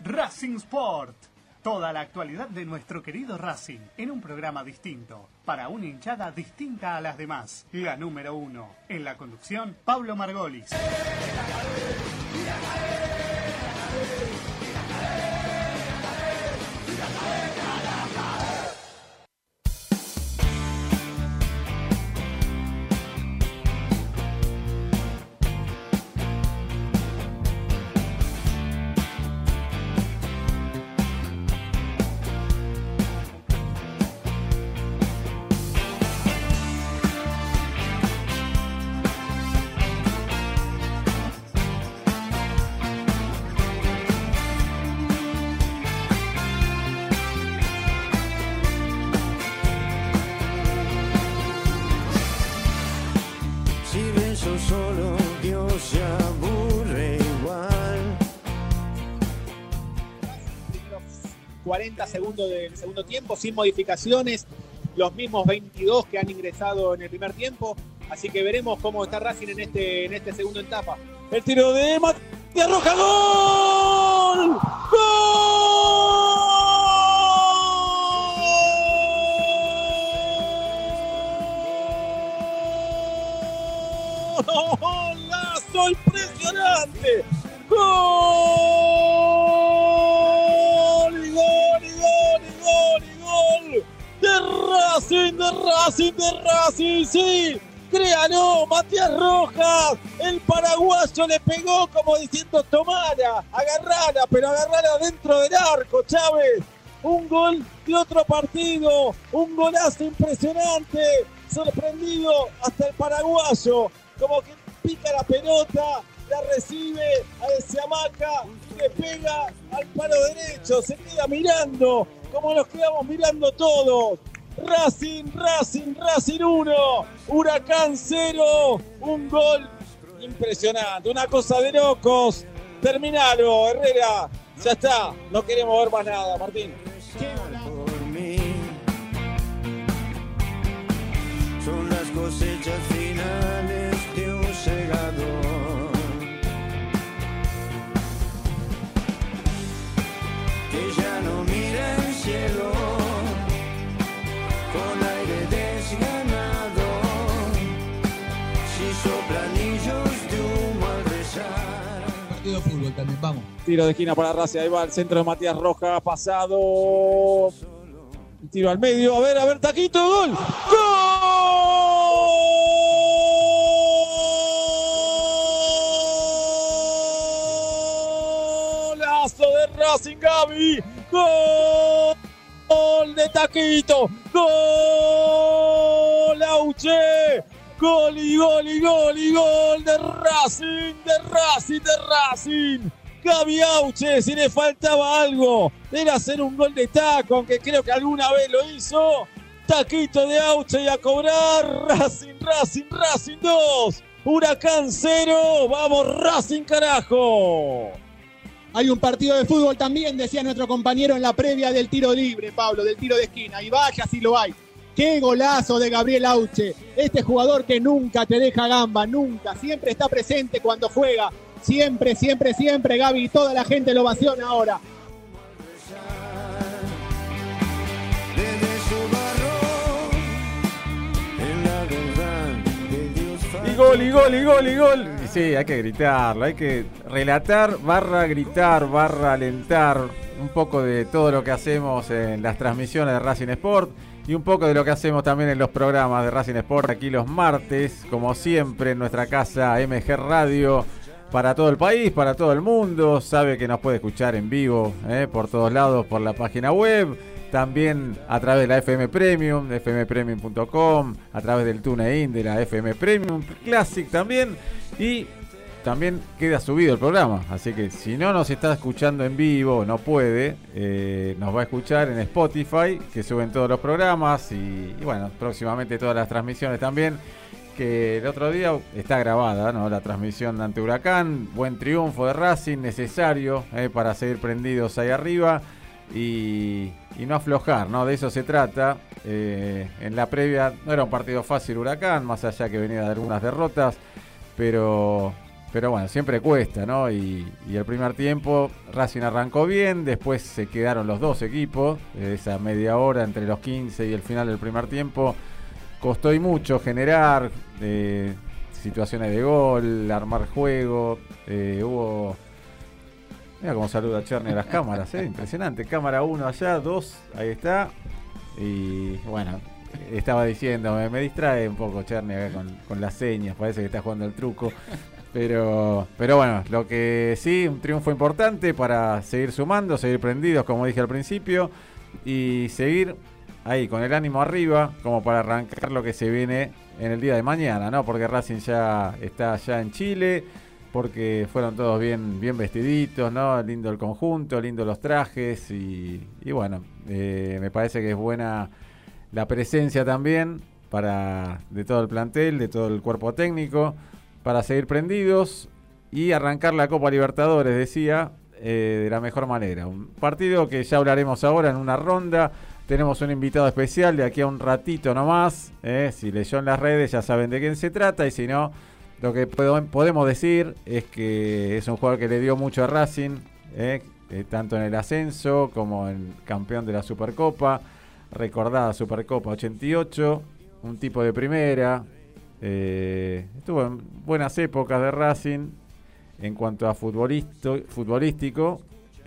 Racing Sport. Toda la actualidad de nuestro querido Racing en un programa distinto, para una hinchada distinta a las demás. La número 1. En la conducción, Pablo Margolis. Solo Dios se aburre igual. 40 segundos del segundo tiempo, sin modificaciones, los mismos 22 que han ingresado en el primer tiempo, así que veremos cómo está Racing en este segundo etapa. El tiro de Matías Rojas, ¡gol! ¡Gol! ¡Golazo impresionante! ¡Gol! ¡Y gol! ¡Y gol! ¡Y gol! ¡Y gol! ¡De Racing! ¡Sí! ¡Créalo! Matías Rojas, el paraguayo le pegó como diciendo tomala, agarrala, pero agarrala dentro del arco, Chávez. Un gol de otro partido, un golazo impresionante, sorprendido hasta el paraguayo. Como que pica la pelota, la recibe, se amaca, le pega al palo derecho, se queda mirando, como nos quedamos mirando todos. Racing 1, Huracán 0, un gol impresionante, una cosa de locos. Terminalo, Herrera, ya está, no queremos ver más nada, Martín. Son las cosechas finales de un segador que ya no mira el cielo con aire desganado, si soplanillos de humo al rezar. Partido de fútbol también, vamos. Tiro de esquina para Racing, ahí va el centro de Matías Rojas, pasado. Tiro al medio, a ver, taquito, gol. ¡Golazo de Racing, Gaby! ¡Gol de Taquito! ¡Gol, Auche! ¡Gol y gol y gol y gol de Racing! Gaby Auche, si le faltaba algo, era hacer un gol de taco, aunque creo que alguna vez lo hizo. Taquito de Auche y a cobrar. Racing 2, Huracán 0, vamos Racing carajo. Hay un partido de fútbol también, decía nuestro compañero en la previa del tiro libre, Pablo, del tiro de esquina, y vaya si lo hay. ¡Qué golazo de Gabriel Auche! Este jugador que nunca te deja gamba, nunca, siempre está presente cuando juega. Siempre, Gaby, toda la gente lo ovaciona ahora. Y gol. Y sí, hay que gritarlo, hay que relatar, gritar, alentar un poco de todo lo que hacemos en las transmisiones de Racing Sport y un poco de lo que hacemos también en los programas de Racing Sport aquí los martes, como siempre en nuestra casa MG Radio. Para todo el país, para todo el mundo, sabe que nos puede escuchar en vivo por todos lados, por la página web, también a través de la FM Premium, fmpremium.com, a través del TuneIn de la FM Premium Classic también, y también queda subido el programa, así que si no nos está escuchando en vivo, no puede, nos va a escuchar en Spotify, que suben todos los programas, y bueno, próximamente todas las transmisiones también, que el otro día está grabada, ¿no? La transmisión ante Huracán, buen triunfo de Racing, necesario para seguir prendidos ahí arriba y no aflojar, ¿no? De eso se trata. En la previa no era un partido fácil Huracán, más allá que venía de algunas derrotas, pero Pero bueno, siempre cuesta, ¿no? Y el primer tiempo Racing arrancó bien, después se quedaron los dos equipos, esa media hora entre los 15 y el final del primer tiempo costó y mucho generar situaciones de gol, armar juego, hubo... Mira cómo saluda Cherny a las cámaras, impresionante, cámara 1 allá, 2, ahí está, y bueno, estaba diciendo, me distrae un poco Cherny acá con las señas, parece que está jugando el truco. Pero bueno, lo que sí, un triunfo importante para seguir sumando, seguir prendidos, como dije al principio, y seguir ahí con el ánimo arriba, como para arrancar lo que se viene en el día de mañana, ¿no? Porque Racing ya está allá en Chile, porque fueron todos bien vestiditos, ¿no? Lindo el conjunto, lindo los trajes, y bueno, me parece que es buena la presencia también de todo el plantel, de todo el cuerpo técnico, para seguir prendidos y arrancar la Copa Libertadores, decía, de la mejor manera. Un partido que ya hablaremos ahora en una ronda. Tenemos un invitado especial de aquí a un ratito nomás. Si leyó en las redes ya saben de quién se trata, y si no, lo que podemos decir es que es un jugador que le dio mucho a Racing, tanto en el ascenso como en campeón de la Supercopa, recordada Supercopa 88, un tipo de primera. Estuvo en buenas épocas de Racing en cuanto a futbolístico,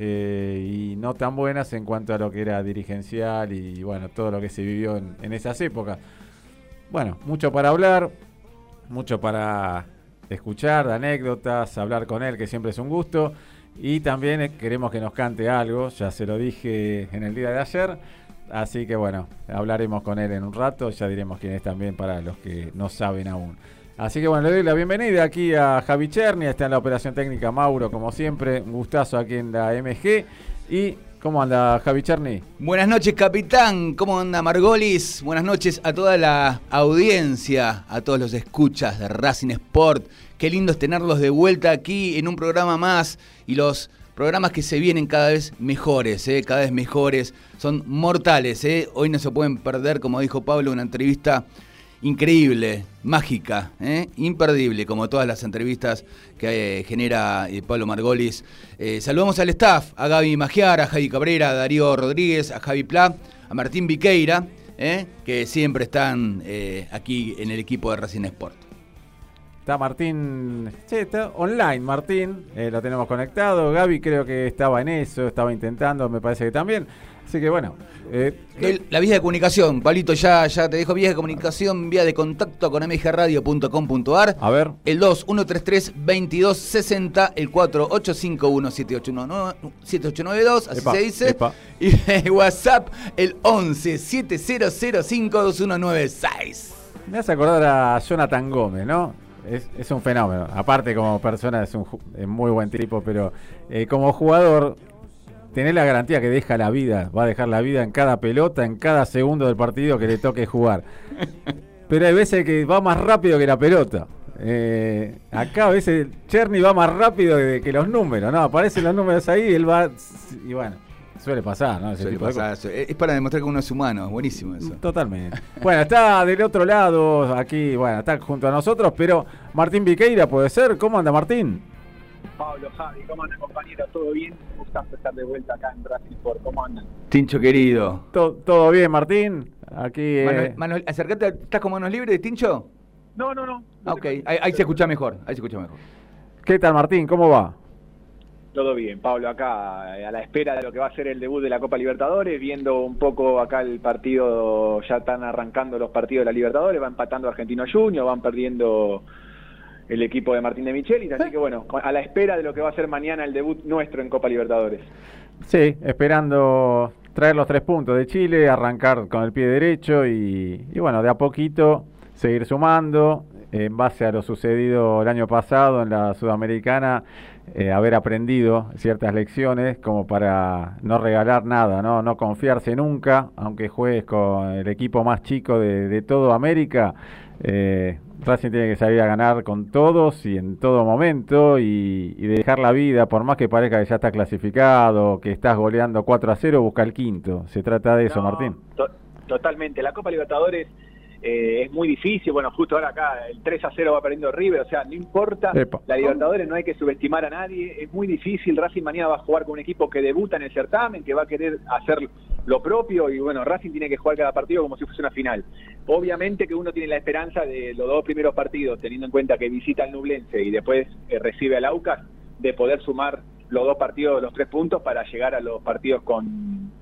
y no tan buenas en cuanto a lo que era dirigencial y bueno, todo lo que se vivió en esas épocas. Bueno, mucho para hablar, mucho para escuchar, de anécdotas, hablar con él, que siempre es un gusto, y también queremos que nos cante algo, ya se lo dije en el día de ayer. Así que bueno, hablaremos con él en un rato, ya diremos quién es también para los que no saben aún. Así que bueno, le doy la bienvenida aquí a Javi Cherny, está en la operación técnica Mauro, como siempre, un gustazo aquí en la MG. ¿Y cómo anda Javi Cherny? Buenas noches, capitán, ¿cómo anda Margolis? Buenas noches a toda la audiencia, a todos los escuchas de Racing Sport. Qué lindo es tenerlos de vuelta aquí en un programa más, y los programas que se vienen cada vez mejores, cada vez mejores, son mortales. Hoy no se pueden perder, como dijo Pablo, una entrevista increíble, mágica, imperdible, como todas las entrevistas que genera Pablo Margolis. Saludamos al staff, a Gaby Magiar, a Javi Cabrera, a Darío Rodríguez, a Javi Pla, a Martín Viqueira, que siempre están aquí en el equipo de Racing Sport. Está Martín, está online Martín, lo tenemos conectado. Gaby creo que estaba en eso, estaba intentando, me parece que también. Así que bueno. La vía de comunicación, Pablito, ya te dejo vía de comunicación, vía de contacto con mgradio.com.ar. A ver. El 2133-2260, el 4851-7892, así se dice. Epa. Y WhatsApp, el 11-7005-2196. Me hace acordar a Jonathan Gómez, ¿no? Es un fenómeno. Aparte, como persona es muy buen tipo, pero como jugador, tenés la garantía que deja la vida, va a dejar la vida en cada pelota, en cada segundo del partido que le toque jugar. Pero hay veces que va más rápido que la pelota. Acá a veces Cherny va más rápido que los números, ¿no? Aparecen los números ahí y él va, y bueno, suele pasar, ¿no? Suele pasar. Es para demostrar que uno es humano, es buenísimo eso. Totalmente. Bueno, está del otro lado, aquí, bueno, está junto a nosotros, pero Martín Viqueira, ¿puede ser? ¿Cómo anda Martín? Pablo, Javi, ¿cómo andan, compañeros? ¿Todo bien? Un gustazo estar de vuelta acá en Racing Sport. ¿Cómo andan? Tincho querido. ¿Todo bien, Martín? Aquí. Manuel, acércate, ¿estás con manos libres, Tincho? No. Ok, ahí se escucha mejor, ¿Qué tal, Martín? ¿Cómo va? Todo bien, Pablo, acá a la espera de lo que va a ser el debut de la Copa Libertadores, viendo un poco acá el partido, ya están arrancando los partidos de la Libertadores, va empatando Argentino Juniors, van perdiendo el equipo de Martín de Michelis, así que bueno, a la espera de lo que va a ser mañana el debut nuestro en Copa Libertadores. Sí, esperando traer los 3 puntos de Chile, arrancar con el pie derecho y bueno, de a poquito seguir sumando en base a lo sucedido el año pasado en la Sudamericana, haber aprendido ciertas lecciones como para no regalar nada, no confiarse nunca, aunque juegues con el equipo más chico de toda América. Racing tiene que salir a ganar con todos y en todo momento y dejar la vida, por más que parezca que ya está clasificado, que estás goleando 4-0, busca el quinto. Se trata de eso, Martín. Totalmente. La Copa Libertadores es muy difícil. Bueno, justo ahora acá el 3-0 va perdiendo River, o sea, no importa. Epa. La Libertadores no hay que subestimar a nadie, es muy difícil. Racing mañana va a jugar con un equipo que debuta en el certamen, que va a querer hacer lo propio, y bueno, Racing tiene que jugar cada partido como si fuese una final. Obviamente que uno tiene la esperanza de los 2 primeros partidos, teniendo en cuenta que visita al Ñublense y después recibe al Aucas, de poder sumar los 2 partidos, los 3 puntos, para llegar a los partidos con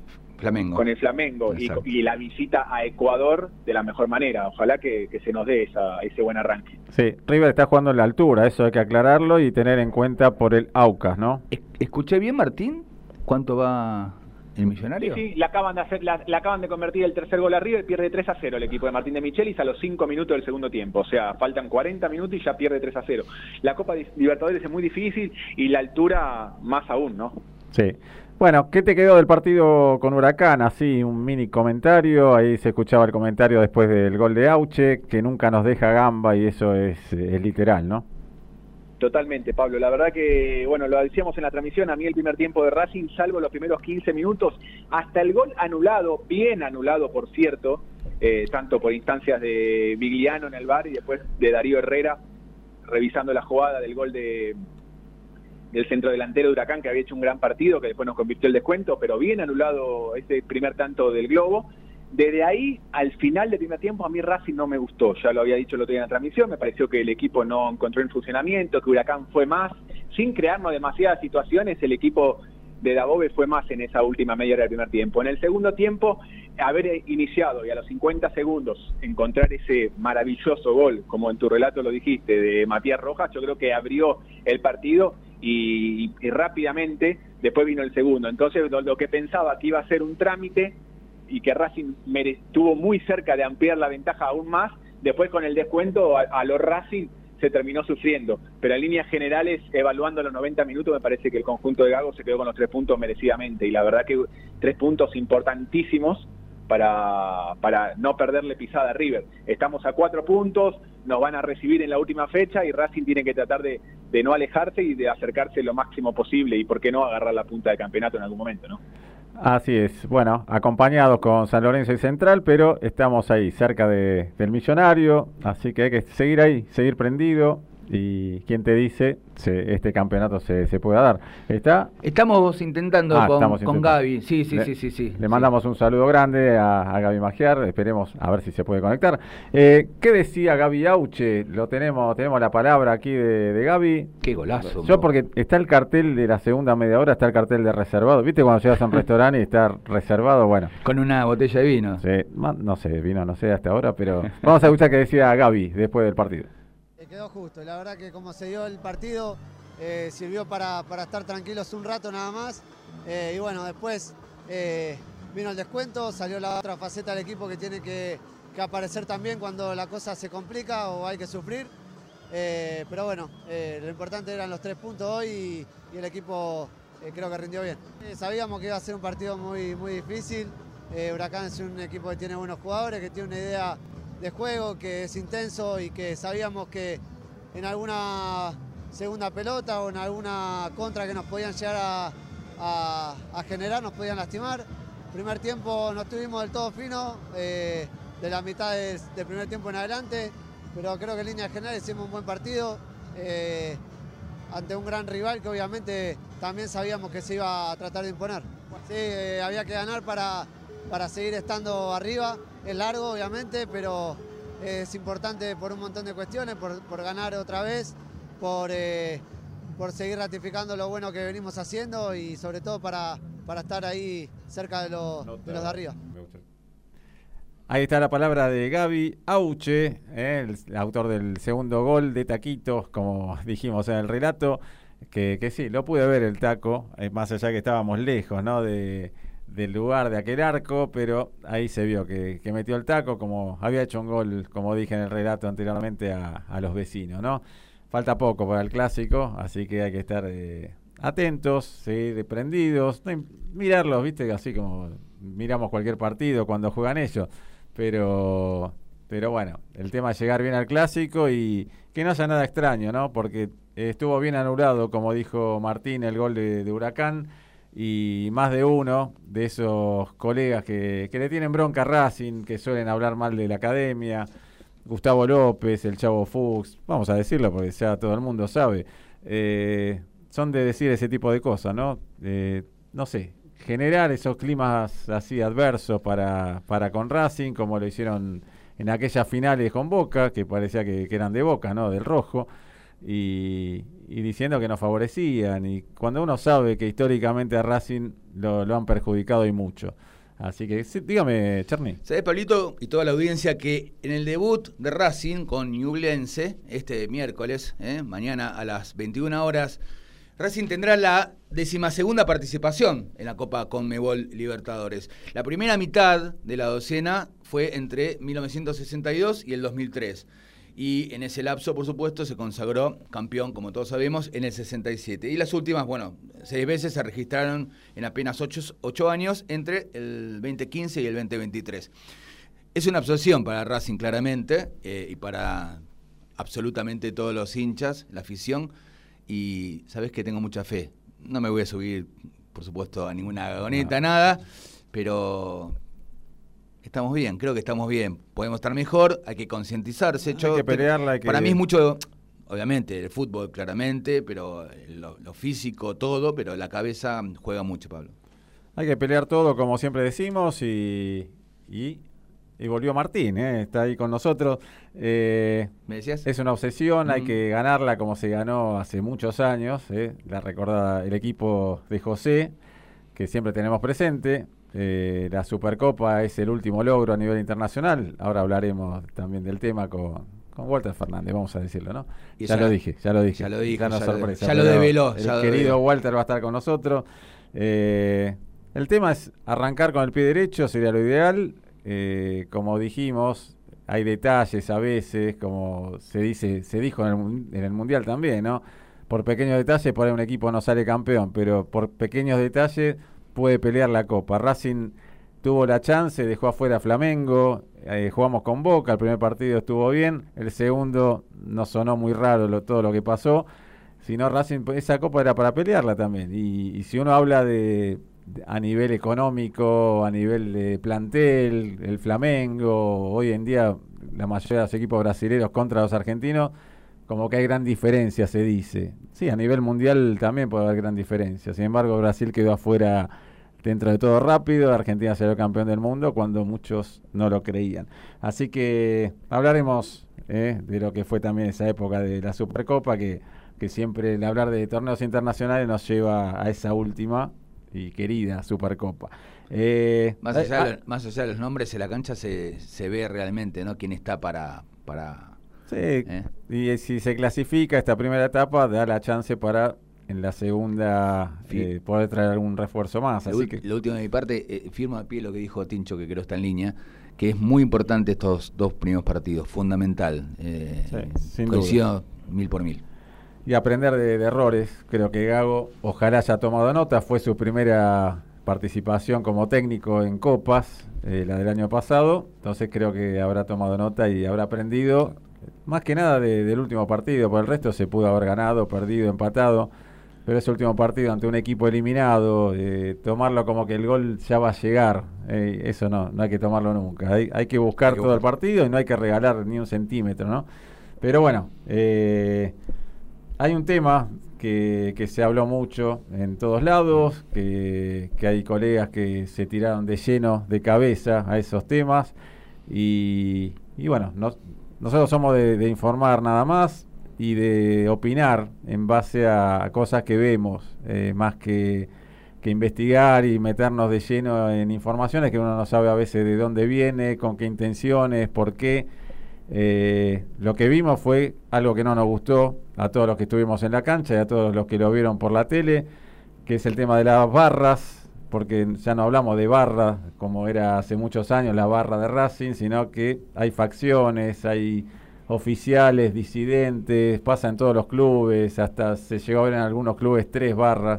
el Flamengo y la visita a Ecuador de la mejor manera. Ojalá que se nos dé ese buen arranque. Sí, River está jugando en la altura, eso hay que aclararlo y tener en cuenta por el Aucas, ¿no? ¿Escuché bien, Martín? ¿Cuánto va el Millonario? Sí, le acaban de convertir el tercer gol a River, pierde 3-0 el equipo de Martín de Michelis a los 5 minutos del segundo tiempo. O sea, faltan 40 minutos y ya pierde 3-0. La Copa Libertadores es muy difícil y la altura más aún, ¿no? Sí. Bueno, ¿qué te quedó del partido con Huracán? Así, un mini comentario. Ahí se escuchaba el comentario después del gol de Auche, que nunca nos deja gamba, y eso es literal, ¿no? Totalmente, Pablo. La verdad que, bueno, lo decíamos en la transmisión, a mí el primer tiempo de Racing, salvo los primeros 15 minutos, hasta el gol anulado, bien anulado, por cierto, tanto por instancias de Vigliano en el VAR y después de Darío Herrera, revisando la jugada del gol del centro delantero de Huracán, que había hecho un gran partido, que después nos convirtió el descuento, pero bien anulado ese primer tanto del Globo. Desde ahí, al final del primer tiempo, a mí Racing no me gustó. Ya lo había dicho el otro día en la transmisión, me pareció que el equipo no encontró en funcionamiento, que Huracán fue más, sin crearnos demasiadas situaciones, el equipo de Dabove fue más en esa última media hora del primer tiempo. En el segundo tiempo, haber iniciado y a los 50 segundos encontrar ese maravilloso gol, como en tu relato lo dijiste, de Matías Rojas, yo creo que abrió el partido y rápidamente después vino el segundo. Entonces, lo que pensaba que iba a ser un trámite y que Racing estuvo muy cerca de ampliar la ventaja aún más, después con el descuento a los Racing se terminó sufriendo, pero en líneas generales, evaluando los 90 minutos, me parece que el conjunto de Gago se quedó con los 3 puntos merecidamente, y la verdad que 3 puntos importantísimos para no perderle pisada a River. Estamos a 4 puntos, nos van a recibir en la última fecha y Racing tiene que tratar de no alejarse y de acercarse lo máximo posible, y por qué no agarrar la punta de campeonato en algún momento, ¿no? Así es, bueno, acompañados con San Lorenzo y Central, pero estamos ahí, cerca del Millonario, así que hay que seguir ahí, seguir prendido, y quién te dice, este campeonato se pueda dar. Estamos intentando con Gaby, sí. Le mandamos un saludo grande a Gaby Magiar, esperemos a ver si se puede conectar. ¿Qué decía Gaby Auche? Tenemos la palabra aquí de Gaby. Qué golazo. Yo porque está el cartel de la segunda media hora, está el cartel de reservado. ¿Viste cuando llegas a un restaurante y está reservado? Bueno. Con una botella de vino. Sí, no sé, vino no sé hasta ahora, pero vamos a escuchar qué decía Gaby después del partido. Quedó justo, la verdad que como se dio el partido sirvió para estar tranquilos un rato nada más, y bueno, después vino el descuento, salió la otra faceta del equipo que tiene que aparecer también cuando la cosa se complica o hay que sufrir, pero bueno, lo importante eran los 3 puntos hoy y el equipo creo que rindió bien. Sabíamos que iba a ser un partido muy, muy difícil. Huracán es un equipo que tiene buenos jugadores, que tiene una idea de juego, que es intenso, y que sabíamos que en alguna segunda pelota o en alguna contra que nos podían llegar a generar, nos podían lastimar. Primer tiempo no estuvimos del todo finos, de la mitad del primer tiempo en adelante, pero creo que en líneas generales hicimos un buen partido ante un gran rival que obviamente también sabíamos que se iba a tratar de imponer. Sí, había que ganar para seguir estando arriba. Es largo, obviamente, pero es importante por un montón de cuestiones, por ganar otra vez, por seguir ratificando lo bueno que venimos haciendo y sobre todo para estar ahí cerca de los de arriba. Ahí está la palabra de Gaby Auche, el autor del segundo gol de Taquitos, como dijimos en el relato, que sí, lo pude ver el taco, más allá que estábamos lejos, ¿no?, del lugar de aquel arco, pero ahí se vio que metió el taco, como había hecho un gol, como dije en el relato anteriormente, a los vecinos, ¿no? Falta poco para el clásico, así que hay que estar atentos, seguir prendidos, mirarlos, ¿viste? Así como miramos cualquier partido cuando juegan ellos, pero bueno, el tema es llegar bien al clásico y que no haya nada extraño, ¿no? Porque estuvo bien anulado, como dijo Martín, el gol de Huracán, y más de uno de esos colegas que le tienen bronca a Racing, que suelen hablar mal de la academia, Gustavo López, el Chavo Fuchs, vamos a decirlo porque ya todo el mundo sabe, son de decir ese tipo de cosas, ¿no? No sé, generar esos climas así adversos para con Racing, como lo hicieron en aquellas finales con Boca, que parecía que eran de Boca, ¿no? Del rojo, y diciendo que nos favorecían, y cuando uno sabe que históricamente a Racing lo han perjudicado y mucho. Así que, sí, dígame, Cherny. ¿Sabés, Pablito, y toda la audiencia, que en el debut de Racing con Ñublense, este miércoles, mañana a las 21 horas, Racing tendrá la 12ª participación en la Copa Conmebol Libertadores. La primera mitad de la docena fue entre 1962 y el 2003. Y en ese lapso, por supuesto, se consagró campeón, como todos sabemos, en el 67. Y las últimas, 6 veces se registraron en apenas 8 años, entre el 2015 y el 2023. Es una obsesión para Racing, claramente, y para absolutamente todos los hinchas, la afición, y sabés que tengo mucha fe. No me voy a subir, por supuesto, a ninguna vagoneta, nada, pero estamos bien, creo que estamos bien. Podemos estar mejor, hay que concientizarse. Hay que pelearla. Para mí es mucho, obviamente, el fútbol claramente, pero lo físico, todo, pero la cabeza juega mucho, Pablo. Hay que pelear todo, como siempre decimos, y volvió Martín, está ahí con nosotros. ¿Me decías? Es una obsesión, hay que ganarla como se ganó hace muchos años, la recordada el equipo de José, que siempre tenemos presente. La Supercopa es el último logro a nivel internacional. Ahora hablaremos también del tema con Walter Fernández, vamos a decirlo, ¿no? Ya lo dije. Ya no sorpresa. Ya lo develó. El querido Walter va a estar con nosotros. El tema es arrancar con el pie derecho, sería lo ideal. Como dijimos, hay detalles a veces, como se dijo en el Mundial también, ¿no? Por pequeños detalles, por ahí un equipo no sale campeón, pero por pequeños detalles puede pelear la Copa. Racing tuvo la chance, dejó afuera a Flamengo, jugamos con Boca, el primer partido estuvo bien, el segundo nos sonó muy raro todo lo que pasó, sino Racing, esa Copa era para pelearla también, y si uno habla a nivel económico, a nivel de plantel, el Flamengo, hoy en día la mayoría de los equipos brasileños contra los argentinos, como que hay gran diferencia, se dice. Sí, a nivel mundial también puede haber gran diferencia. Sin embargo, Brasil quedó afuera dentro de todo rápido. Argentina salió campeón del mundo cuando muchos no lo creían. Así que hablaremos de lo que fue también esa época de la Supercopa, que siempre el hablar de torneos internacionales nos lleva a esa última y querida Supercopa. Más allá de los nombres, en la cancha se ve realmente, ¿no?, quién está para Sí, y si se clasifica esta primera etapa, da la chance para en la segunda poder traer algún refuerzo más. Así que lo último de mi parte, firmo a pie lo que dijo Tincho, que creo está en línea, que es muy importante estos 2 primeros partidos, fundamental. Sin coincido 1000 por 1000. Y aprender de errores. Creo que Gago, ojalá haya tomado nota, fue su primera participación como técnico en Copas, la del año pasado, entonces creo que habrá tomado nota y habrá aprendido. Más que nada del último partido, por el resto se pudo haber ganado, perdido, empatado, pero ese último partido ante un equipo eliminado, tomarlo como que el gol ya va a llegar, eso no hay que tomarlo nunca. Hay que buscar todo el partido y no hay que regalar ni un centímetro, ¿no? Pero bueno, hay un tema que se habló mucho en todos lados, que hay colegas que se tiraron de lleno, de cabeza a esos temas, y bueno, nosotros somos de informar nada más y de opinar en base a cosas que vemos, más que investigar y meternos de lleno en informaciones que uno no sabe a veces de dónde viene, con qué intenciones, por qué. Lo que vimos fue algo que no nos gustó a todos los que estuvimos en la cancha y a todos los que lo vieron por la tele, que es el tema de las barras, porque ya no hablamos de barra como era hace muchos años la barra de Racing, sino que hay facciones, hay oficiales, disidentes, pasa en todos los clubes, hasta se llegó a ver en algunos clubes 3 barras,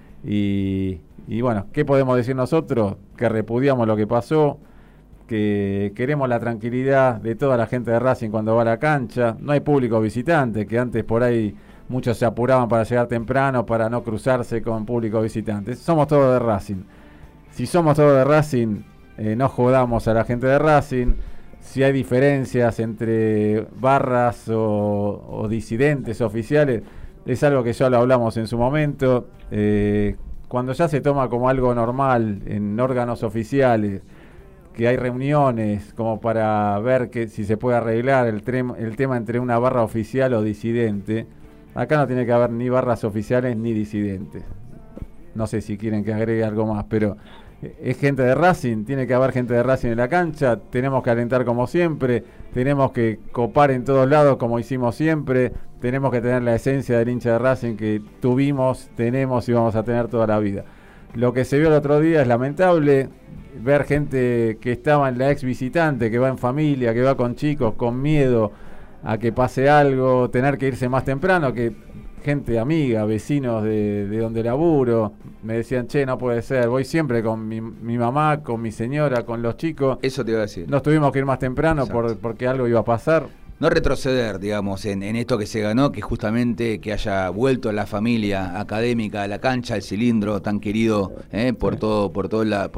y bueno, ¿qué podemos decir nosotros? Que repudiamos lo que pasó, que queremos la tranquilidad de toda la gente de Racing cuando va a la cancha, no hay público visitante, que antes por ahí muchos se apuraban para llegar temprano, para no cruzarse con público visitante. Somos todos de Racing. Si somos todos de Racing, no jodamos a la gente de Racing. Si hay diferencias entre barras o disidentes oficiales, es algo que ya lo hablamos en su momento. Cuando ya se toma como algo normal en órganos oficiales, que hay reuniones como para ver que si se puede arreglar el tema entre una barra oficial o disidente, acá no tiene que haber ni barras oficiales ni disidentes. No sé si quieren que agregue algo más, pero es gente de Racing, tiene que haber gente de Racing en la cancha, tenemos que alentar como siempre, tenemos que copar en todos lados como hicimos siempre, tenemos que tener la esencia del hincha de Racing que tuvimos, tenemos y vamos a tener toda la vida. Lo que se vio el otro día es lamentable, ver gente que estaba en la ex visitante, que va en familia, que va con chicos, con miedo a que pase algo, tener que irse más temprano, que gente amiga, vecinos de donde laburo, me decían, che, no puede ser, voy siempre con mi mamá, con mi señora, con los chicos. Eso te iba a decir. Nos tuvimos que ir más temprano porque algo iba a pasar. No retroceder, digamos, en esto que se ganó, que justamente que haya vuelto la familia académica a la cancha, el cilindro tan querido por todo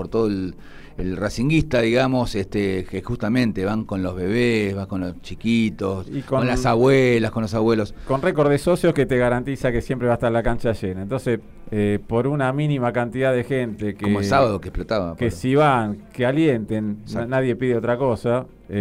el racinguista, digamos, que justamente van con los bebés, van con los chiquitos, y con las abuelas, con los abuelos. Con récord de socios que te garantiza que siempre va a estar la cancha llena. Entonces, por una mínima cantidad de gente que... Como el sábado que explotaba. Que si van, que alienten, nadie pide otra cosa.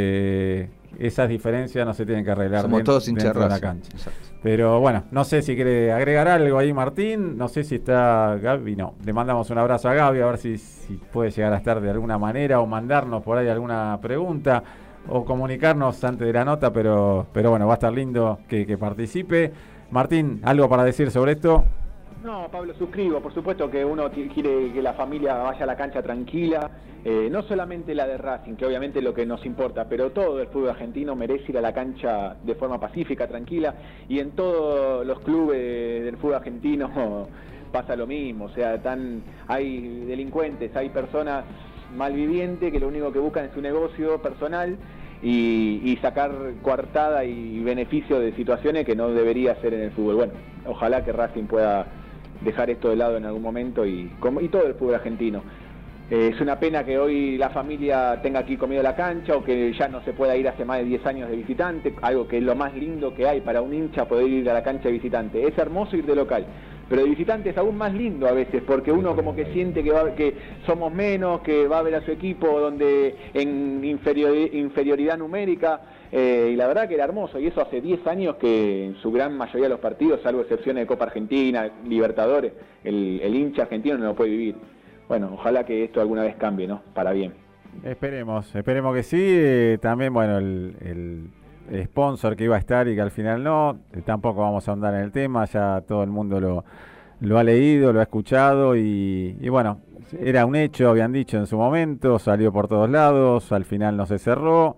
Esas diferencias no se tienen que arreglar. Somos todos hinchas de la cancha. Exacto. Pero bueno, no sé si quiere agregar algo ahí Martín, no sé si está Gaby, no. Le mandamos un abrazo a Gaby a ver si puede llegar a estar de alguna manera o mandarnos por ahí alguna pregunta o comunicarnos antes de la nota, pero bueno, va a estar lindo que participe. Martín, ¿algo para decir sobre esto? No, Pablo, suscribo. Por supuesto que uno quiere que la familia vaya a la cancha tranquila, no solamente la de Racing, que obviamente es lo que nos importa, pero todo el fútbol argentino merece ir a la cancha de forma pacífica, tranquila, y en todos los clubes del fútbol argentino pasa lo mismo. O sea, hay delincuentes, hay personas malvivientes que lo único que buscan es su negocio personal y sacar coartada y beneficio de situaciones que no debería ser en el fútbol. Bueno, ojalá que Racing pueda dejar esto de lado en algún momento y todo el fútbol argentino. Es una pena que hoy la familia tenga aquí comido la cancha o que ya no se pueda ir hace más de 10 años de visitante, algo que es lo más lindo que hay para un hincha, poder ir a la cancha de visitante. Es hermoso ir de local, pero de visitante es aún más lindo a veces, porque uno como que siente que somos menos, que va a ver a su equipo donde en inferioridad numérica, y la verdad que era hermoso, y eso hace 10 años que en su gran mayoría de los partidos, salvo excepciones de Copa Argentina, Libertadores, el hincha argentino no lo puede vivir. Bueno, ojalá que esto alguna vez cambie, ¿no? Para bien. Esperemos que sí. También, bueno, el sponsor que iba a estar y que al final no, tampoco vamos a ahondar en el tema, ya todo el mundo lo ha leído, lo ha escuchado y bueno, era un hecho, habían dicho en su momento, salió por todos lados, al final no se cerró.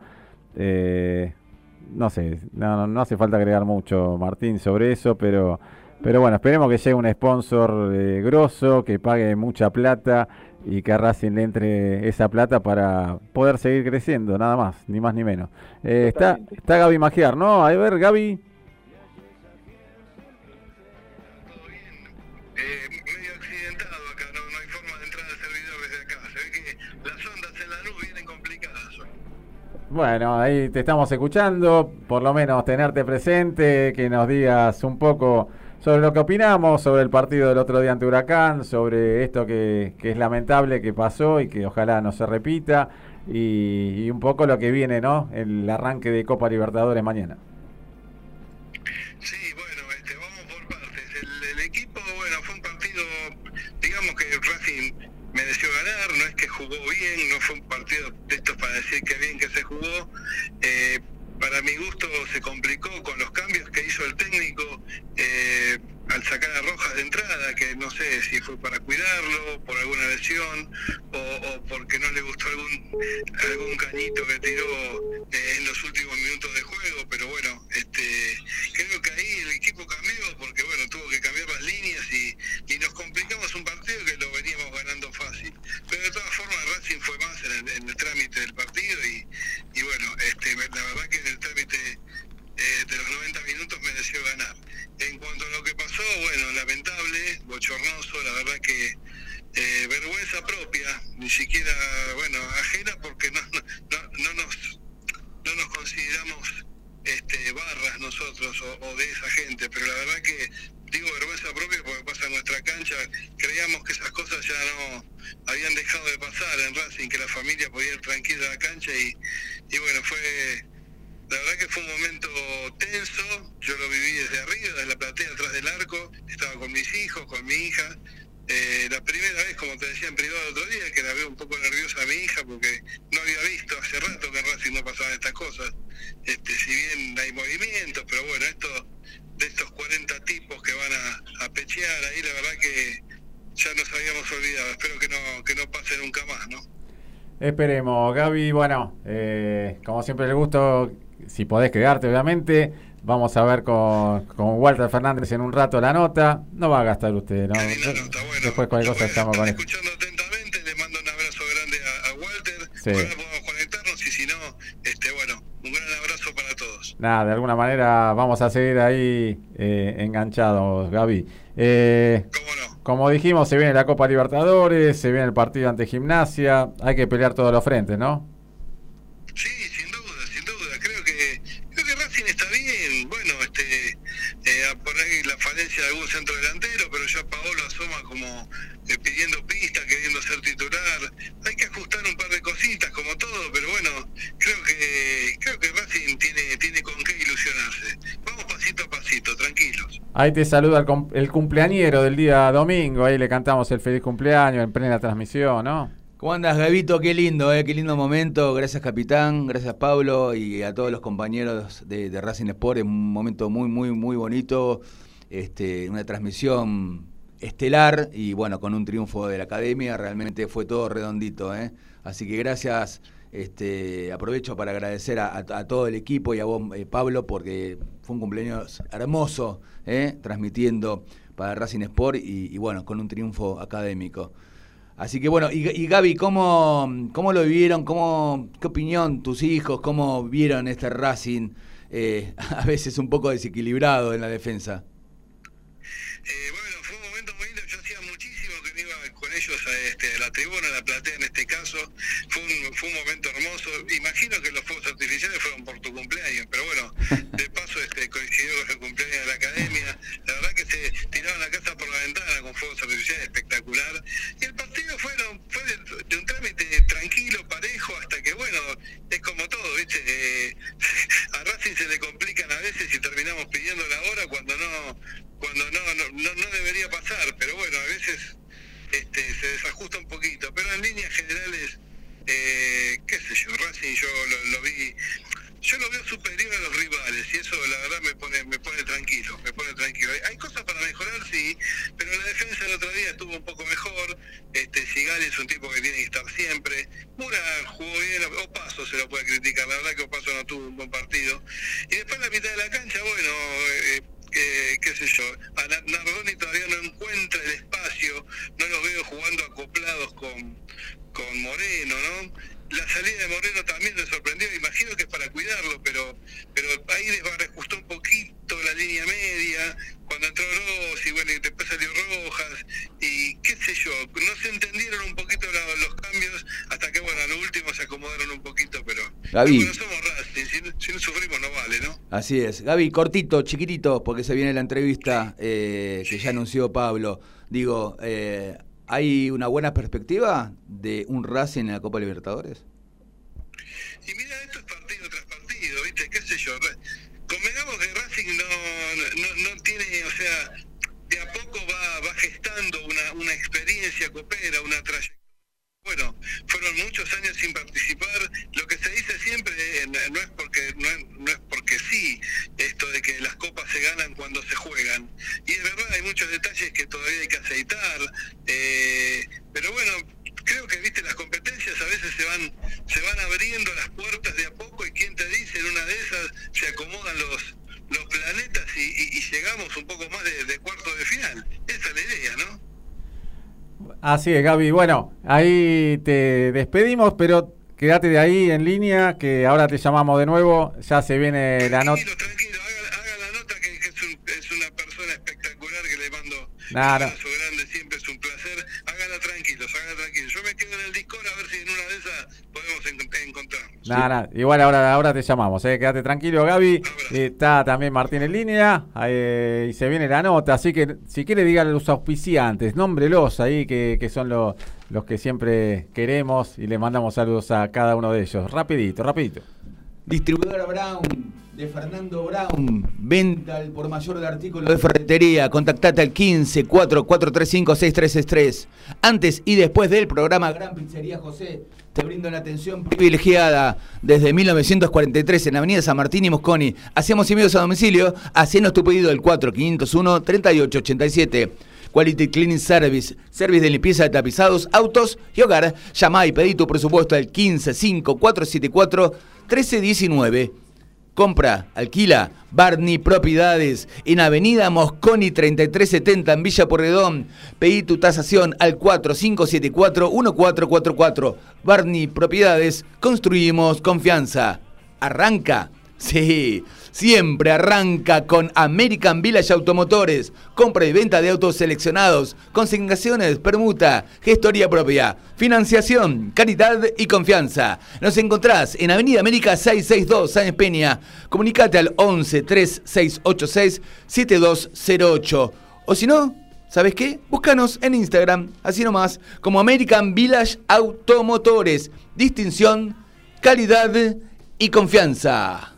No sé, no hace falta agregar mucho, Martín, sobre eso, pero bueno, esperemos que llegue un sponsor grosso, que pague mucha plata y que a Racing le entre esa plata para poder seguir creciendo, nada más, ni más ni menos. Está Gaby Magiar, ¿no? A ver, Gaby. Medio accidentado acá, no hay forma de entrar al servidor desde acá. Se ve que las ondas en la luz vienen complicadas hoy. Bueno, ahí te estamos escuchando, por lo menos tenerte presente, que nos digas un poco sobre lo que opinamos, sobre el partido del otro día ante Huracán, sobre esto que es lamentable que pasó y que ojalá no se repita, y un poco lo que viene, ¿no? El arranque de Copa Libertadores mañana. Sí, bueno, vamos por partes. El equipo, bueno, fue un partido, digamos que Racing mereció ganar, no es que jugó bien, no fue un partido de estos para decir que bien que se jugó. Para mi gusto se complicó con los cambios que hizo el técnico al sacar a Rojas de entrada, que no sé si fue para cuidarlo, por alguna lesión o porque no le gustó algún cañito que tiró en los últimos minutos de juego, pero bueno, creo que ahí el equipo cambió porque bueno, tuvo que cambiar las líneas y nos complicamos un partido que lo veníamos ganando fácil, pero de todas formas Racing fue más en el trámite del partido y bueno, la verdad que en el trámite de los 90 minutos mereció ganar. En cuanto bueno, ajena, porque no nos consideramos barras nosotros o de esa gente, pero la verdad que digo vergüenza propia porque pasa en nuestra cancha. Creíamos que esas cosas ya no habían dejado de pasar en Racing, que la familia podía ir tranquila a la cancha y bueno, la verdad que fue un momento tenso. Yo lo viví desde arriba, desde la platea, atrás del arco. Estaba con mis hijos, con mi hija. La primera vez, como te decía en privado el otro día, que la veo un poco nerviosa a mi hija porque no había visto hace rato que en Racing no pasaban estas cosas. Si bien hay movimientos, pero bueno, de estos 40 tipos que van a pechear ahí, la verdad que ya nos habíamos olvidado. Espero que no pase nunca más, ¿no? Esperemos, Gaby. Bueno, como siempre le gusto, si podés quedarte, obviamente. Vamos a ver con Walter Fernández en un rato la nota. No va a gastar usted, ¿no? Nota, bueno, después cualquier cosa estamos con él. Escuchando atentamente, le mando un abrazo grande a Walter. Sí. Ahora podemos conectarnos y si no, bueno, un gran abrazo para todos. Nada, de alguna manera vamos a seguir ahí enganchados, Gaby. ¿Cómo no? Como dijimos, se viene la Copa Libertadores, se viene el partido ante Gimnasia. Hay que pelear todos los frentes, ¿no? Sí, sin duda. Creo que Racing está bien. Bueno, por ahí la falencia de algún centro delantero, pero ya Paolo asoma como pidiendo pistas, queriendo ser titular. Hay que ajustar un par de cositas como todo, pero bueno, creo que Racing tiene con qué ilusionarse. Vamos pasito a pasito, tranquilos. Ahí te saluda el cumpleañero del día domingo, ahí le cantamos el feliz cumpleaños en plena transmisión, ¿no? ¿Cómo andas, Gabito? Qué lindo momento. Gracias, capitán. Gracias, Pablo, y a todos los compañeros de Racing Sport. Es un momento muy, muy, muy bonito. Una transmisión estelar y, bueno, con un triunfo de la academia. Realmente fue todo redondito, ¿eh? Así que gracias. Aprovecho para agradecer a todo el equipo y a vos, Pablo, porque fue un cumpleaños hermoso, transmitiendo para Racing Sport y, bueno, con un triunfo académico. Así que bueno, y Gaby, ¿cómo lo vivieron? ¿Qué opinión tus hijos? ¿Cómo vieron este Racing a veces un poco desequilibrado en la defensa? Bueno, fue un momento muy lindo. Yo hacía muchísimo que me iba con ellos a la tribuna, a la platea en este caso. Fue un momento hermoso. Imagino que los fuegos artificiales fueron por tu cumpleaños, pero bueno, de paso coincidió con el cumpleaños de la academia. La verdad que se tiraron la casa por la ventana con fuegos artificiales espectacular. Y el partido fue de un trámite tranquilo, parejo, hasta que bueno, es como todo, ¿viste? A Racing se le complican a veces y terminamos pidiendo la hora cuando no debería pasar, pero bueno, a veces se desajusta un poquito, pero en líneas generales, qué sé yo, Racing yo lo veo superior a los rivales y eso la verdad me pone tranquilo. Hay cosas para mejorar, sí, pero la defensa el otro día estuvo un poco mejor. Sigali es un tipo que tiene que estar siempre. Mura jugó bien, Opaso se lo puede criticar, la verdad que Opaso no tuvo un buen partido. Y después en la mitad de la cancha, bueno, qué sé yo, a Nardoni todavía no encuentra el espacio, no los veo jugando acoplados con Moreno, ¿no? La salida de Moreno también me sorprendió, imagino que es para cuidarlo, pero ahí desbarajustó un poquito la línea media, cuando entró Rossi, bueno, y después salió Rojas, y qué sé yo, no se entendieron un poquito los cambios, hasta que bueno, a lo último se acomodaron un poquito, pero Gaby, bueno, somos Racing, si no sufrimos no vale, ¿no? Así es. Gaby, cortito, chiquitito, porque se viene la entrevista que ya anunció Pablo. Digo, ¿hay una buena perspectiva de un Racing en la Copa Libertadores? Y mira, esto es partido tras partido, ¿viste? ¿Qué sé yo? Convengamos que Racing no tiene, o sea, de a poco va gestando una experiencia copera, una trayectoria. Bueno, fueron muchos años sin participar. Lo que se dice siempre no es porque sí, esto de que las copas se ganan cuando se juegan. Y es verdad, hay muchos detalles que todavía hay que aceitar. Pero bueno, creo que viste las competencias a veces se van abriendo las puertas de a poco y quién te dice, en una de esas se acomodan los planetas y llegamos un poco más de cuarto de final. Esa es la idea, ¿no? Así es, Gaby. Bueno, ahí te despedimos, pero quédate de ahí en línea, que ahora te llamamos de nuevo. Ya se viene la nota. Tranquilo, haga la nota, que es una persona espectacular, que le mando un Nada. abrazo grande, siempre es un placer. Hágala tranquilos. Yo me quedo en Nada, igual ahora te llamamos, quédate tranquilo, Gaby. Está también Martín en línea y se viene la nota, así que si quiere digan los auspiciantes, nómbrelos ahí que son los que siempre queremos y le mandamos saludos a cada uno de ellos. Rapidito. Distribuidora Brown, de Fernando Brown, venta al por mayor de artículos de ferretería. Contactate al 15-4435-6363. Antes y después del programa Gran Pizzería José te brinda una atención privilegiada desde 1943 en Avenida San Martín y Mosconi. Hacemos envíos a domicilio. Hacenos tu pedido al 4501-3887. Quality Cleaning Service, service de limpieza de tapizados, autos y hogar. Llama y pedí tu presupuesto al 15-5474-1319. Compra, alquila, Barney Propiedades, en Avenida Mosconi 3370 en Villa Porredón. Pedí tu tasación al 4574-1444. Barney Propiedades, construimos confianza. ¿Arranca? Sí, siempre arranca con American Village Automotores. Compra y venta de autos seleccionados, consignaciones, permuta, gestoría propia, financiación, calidad y confianza. Nos encontrás en Avenida América 662, Sáenz Peña. Comunicate al 11-3686-7208. O si no, ¿sabes qué? Búscanos en Instagram, así nomás, como American Village Automotores. Distinción, calidad y confianza.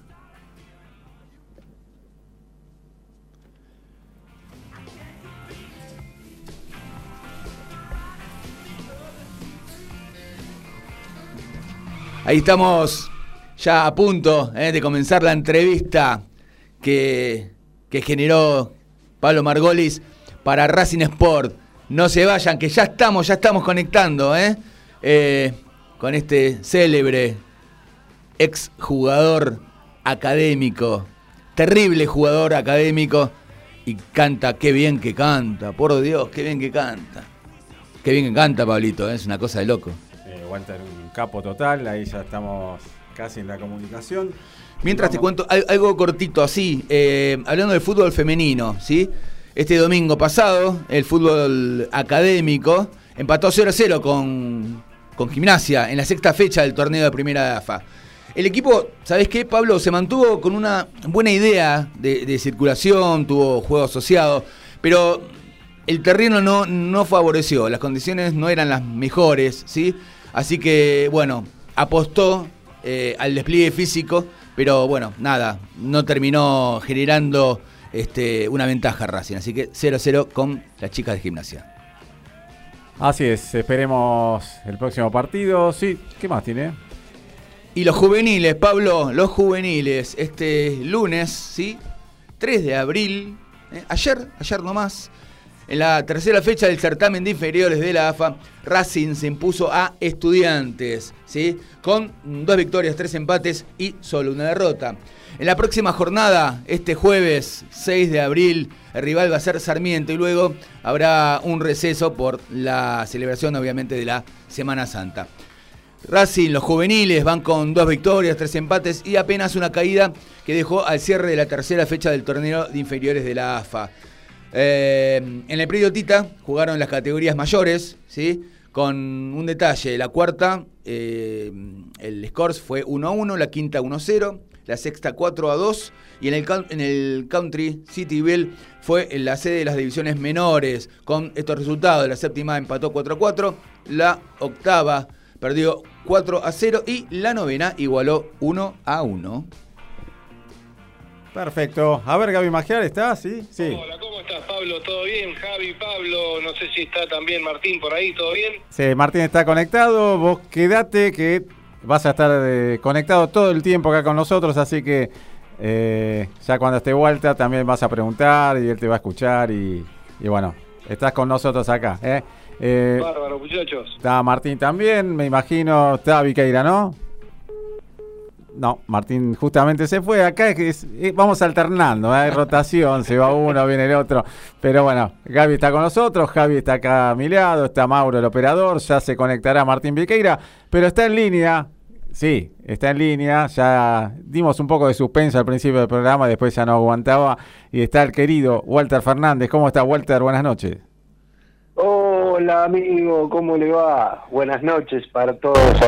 Ahí estamos ya a punto de comenzar la entrevista que generó Pablo Margolis para Racing Sport. No se vayan, que ya estamos conectando con este célebre exjugador académico, terrible jugador académico, y canta, qué bien que canta, por Dios, qué bien que canta. Qué bien que canta, Pablito, es una cosa de loco. Walter, un capo total, ahí ya estamos casi en la comunicación. Mientras te cuento algo cortito así, hablando del fútbol femenino, ¿sí? Este domingo pasado, el fútbol académico empató 0-0 con Gimnasia en la sexta fecha del torneo de Primera AFA. El equipo, ¿sabés qué, Pablo? Se mantuvo con una buena idea de circulación, tuvo juego asociado, pero el terreno no favoreció, las condiciones no eran las mejores, ¿sí? Así que, bueno, apostó al despliegue físico, pero bueno, nada, no terminó generando una ventaja Racing. Así que 0-0 con las chicas de Gimnasia. Así es, esperemos el próximo partido. Sí, ¿qué más tiene? Y los juveniles, Pablo, los juveniles, este lunes, ¿sí? 3 de abril, ayer nomás. En la tercera fecha del certamen de inferiores de la AFA, Racing se impuso a Estudiantes, ¿sí? Con 2 victorias, 3 empates y solo una derrota. En la próxima jornada, este jueves 6 de abril, el rival va a ser Sarmiento y luego habrá un receso por la celebración, obviamente, de la Semana Santa. Racing, los juveniles, van con 2 victorias, 3 empates y apenas una caída que dejó al cierre de la tercera fecha del torneo de inferiores de la AFA. En el predio Tita jugaron las categorías mayores, ¿sí? Con un detalle: la cuarta, el scores fue 1-1, la quinta 1-0, la sexta 4-2 y en el Country Cityville fue en la sede de las divisiones menores. Con estos resultados, la séptima empató 4-4, la octava perdió 4-0 y la novena igualó 1-1. Perfecto. A ver, Gaby Magiar, ¿está? ¿Sí? Sí. Hola, ¿cómo estás, Pablo? ¿Todo bien? Javi, Pablo, no sé si está también Martín por ahí, ¿todo bien? Sí, Martín está conectado. Vos quedate que vas a estar conectado todo el tiempo acá con nosotros, así que ya cuando esté Walter también vas a preguntar y él te va a escuchar y bueno, estás con nosotros acá. Bárbaro, muchachos. Está Martín también, me imagino. Está Viqueira, ¿no? No, Martín justamente se fue. Acá vamos alternando, hay rotación, se va uno, viene el otro. Pero bueno, Gaby está con nosotros, Javi está acá a mi lado, está Mauro el operador, ya se conectará Martín Viqueira, pero está en línea. Sí, está en línea, ya dimos un poco de suspenso al principio del programa, después ya no aguantaba, y está el querido Walter Fernández. ¿Cómo está, Walter? Buenas noches. Hola, amigo, ¿cómo le va? Buenas noches para todos ahí.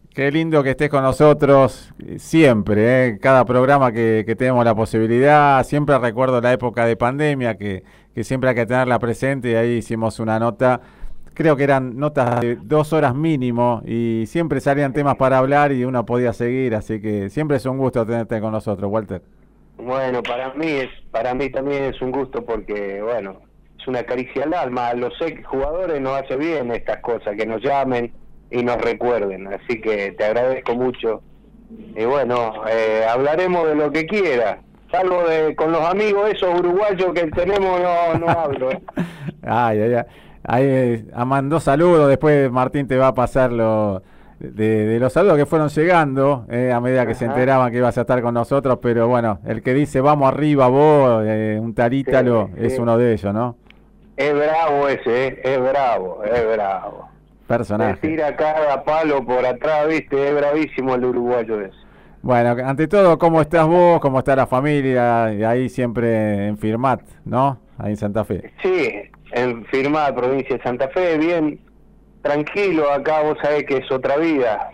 Qué lindo que estés con nosotros siempre, ¿eh? Cada programa que tenemos la posibilidad. Siempre recuerdo la época de pandemia que siempre hay que tenerla presente, y ahí hicimos una nota. Creo que eran notas de 2 horas mínimo y siempre salían temas para hablar y uno podía seguir, así que siempre es un gusto tenerte con nosotros, Walter. Bueno, para mí también es un gusto porque, bueno, es una caricia al alma. A los ex jugadores nos hace bien estas cosas, que nos llamen y nos recuerden, así que te agradezco mucho. Y bueno, hablaremos de lo que quiera, salvo con los amigos esos uruguayos que tenemos no hablo. Ay. Ahí mandó saludos, después Martín te va a pasar de los saludos que fueron llegando a medida que se enteraban que ibas a estar con nosotros, pero bueno, el que dice vamos arriba vos, un tarítalo, sí, es uno de ellos, ¿no? Es bravo ese, es bravo. Personaje. Se tira cada palo por atrás, viste, es bravísimo el uruguayo ese. Bueno, ante todo, ¿cómo estás vos? ¿Cómo está la familia? Y ahí siempre en Firmat, ¿no? Ahí en Santa Fe. Sí, en Firmat, provincia de Santa Fe, bien tranquilo. Acá vos sabés que es otra vida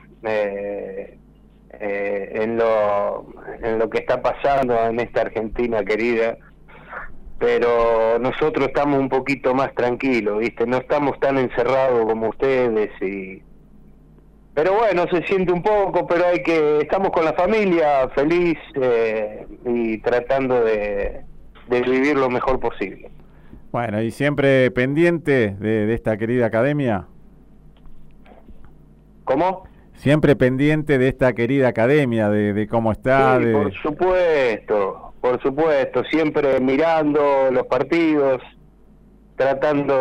en lo que está pasando en esta Argentina querida, pero nosotros estamos un poquito más tranquilos, ¿viste? No estamos tan encerrados como ustedes pero bueno, se siente un poco, pero estamos con la familia feliz y tratando de vivir lo mejor posible. Bueno, y siempre pendiente de esta querida academia. ¿Cómo? Siempre pendiente de esta querida academia, de cómo está. Sí, por supuesto, siempre mirando los partidos, tratando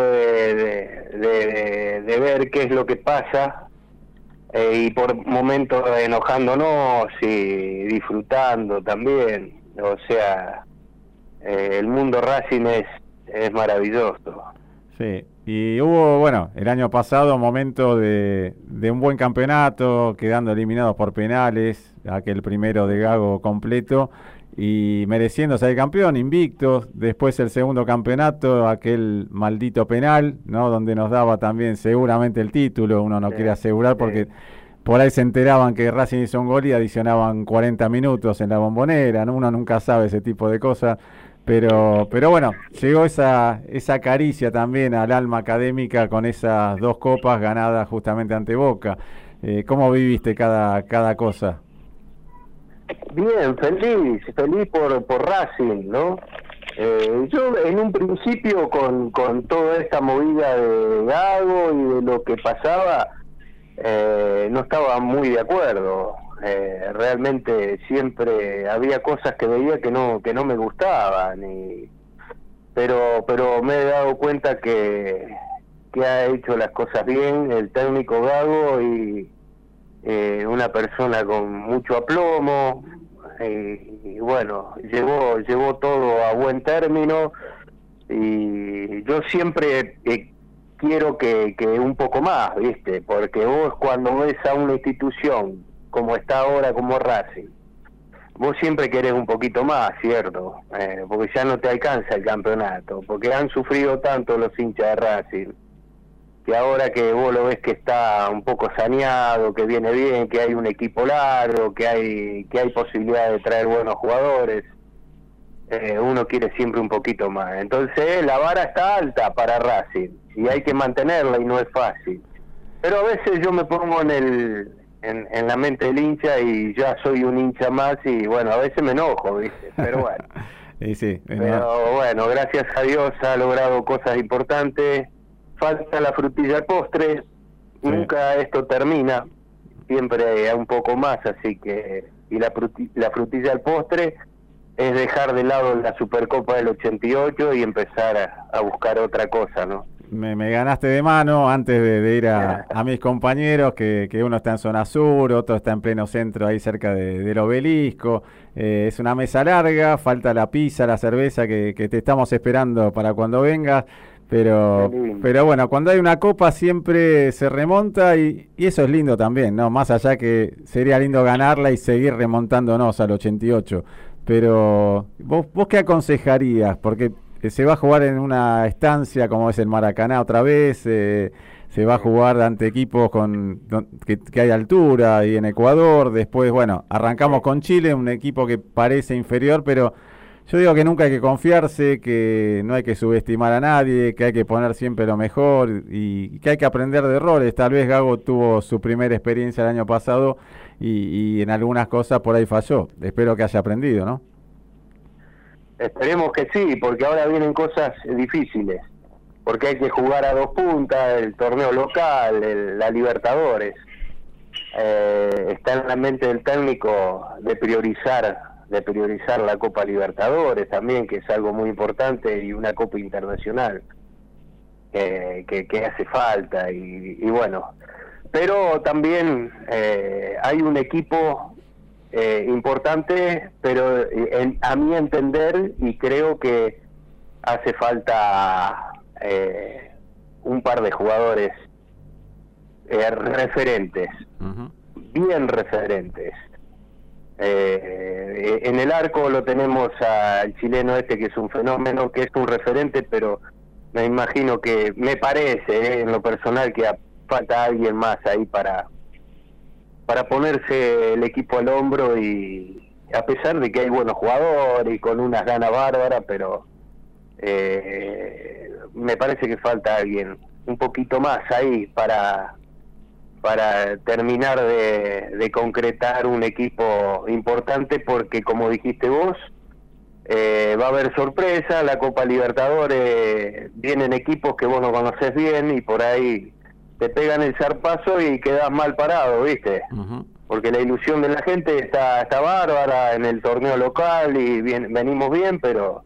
de ver qué es lo que pasa, y por momentos enojándonos y disfrutando también. O sea, el mundo Racing es maravilloso. Sí, y hubo, bueno, el año pasado momento de un buen campeonato, quedando eliminados por penales, aquel primero de Gago completo, y mereciendo ser campeón, invictos. Después el segundo campeonato, aquel maldito penal, ¿no? Donde nos daba también seguramente el título, uno no quiere asegurar porque por ahí se enteraban que Racing hizo un gol y adicionaban 40 minutos en la Bombonera, ¿no? Uno nunca sabe ese tipo de cosas. Pero bueno, llegó esa caricia también al alma académica con esas 2 copas ganadas justamente ante Boca. ¿Cómo viviste cada cosa? Bien, feliz por Racing, ¿no? Yo en un principio con toda esta movida de Gago y de lo que pasaba, no estaba muy de acuerdo. Realmente siempre había cosas que veía que no me gustaban, pero me he dado cuenta que ha hecho las cosas bien el técnico Gago, y una persona con mucho aplomo, y bueno, llevó todo a buen término, y yo siempre quiero que un poco más, ¿viste? Porque vos cuando ves a una institución como está ahora, como Racing, vos siempre querés un poquito más, ¿cierto? Porque ya no te alcanza el campeonato, porque han sufrido tanto los hinchas de Racing, que ahora que vos lo ves que está un poco saneado, que viene bien, que hay un equipo largo, que hay posibilidad de traer buenos jugadores, uno quiere siempre un poquito más. Entonces la vara está alta para Racing y hay que mantenerla, y no es fácil. Pero a veces yo me pongo en la mente del hincha y ya soy un hincha más, y bueno, a veces me enojo, ¿viste? Pero bueno. Sí, pero bueno, gracias a Dios ha logrado cosas importantes. Falta la frutilla al postre, nunca esto termina, siempre hay un poco más, así que, y la frutilla al postre es dejar de lado la Supercopa del 88 y empezar a buscar otra cosa, ¿no? Me ganaste de mano antes de ir a mis compañeros, que uno está en zona sur, otro está en pleno centro, ahí cerca del obelisco. Es una mesa larga, falta la pizza, la cerveza, que te estamos esperando para cuando vengas. Pero bueno, cuando hay una copa siempre se remonta, y eso es lindo también, ¿no? Más allá que sería lindo ganarla y seguir remontándonos al 88. Pero ¿vos qué aconsejarías? Porque se va a jugar en una estancia como es el Maracaná otra vez, se va a jugar ante equipos que hay altura y en Ecuador. Después, bueno, arrancamos con Chile, un equipo que parece inferior, pero yo digo que nunca hay que confiarse, que no hay que subestimar a nadie, que hay que poner siempre lo mejor y que hay que aprender de errores. Tal vez Gago tuvo su primera experiencia el año pasado y en algunas cosas por ahí falló. Espero que haya aprendido, ¿no? Esperemos que sí, porque ahora vienen cosas difíciles, porque hay que jugar a 2 puntas, el torneo local, la Libertadores. Está en la mente del técnico de priorizar la Copa Libertadores también, que es algo muy importante, y una Copa Internacional que hace falta, y bueno, pero también hay un equipo importante, pero a mi entender, y creo que hace falta un par de jugadores referentes, bien referentes. En el arco lo tenemos al chileno que es un fenómeno, que es un referente, pero me imagino que, me parece en lo personal, que falta alguien más ahí para ponerse el equipo al hombro, y a pesar de que hay buenos jugadores y con unas ganas bárbaras, pero me parece que falta alguien un poquito más ahí para terminar de concretar un equipo importante, porque como dijiste vos, va a haber sorpresa. La Copa Libertadores, vienen equipos que vos no conocés bien y por ahí te pegan el zarpazo y quedás mal parado, ¿viste? Porque la ilusión de la gente está bárbara en el torneo local y venimos bien, pero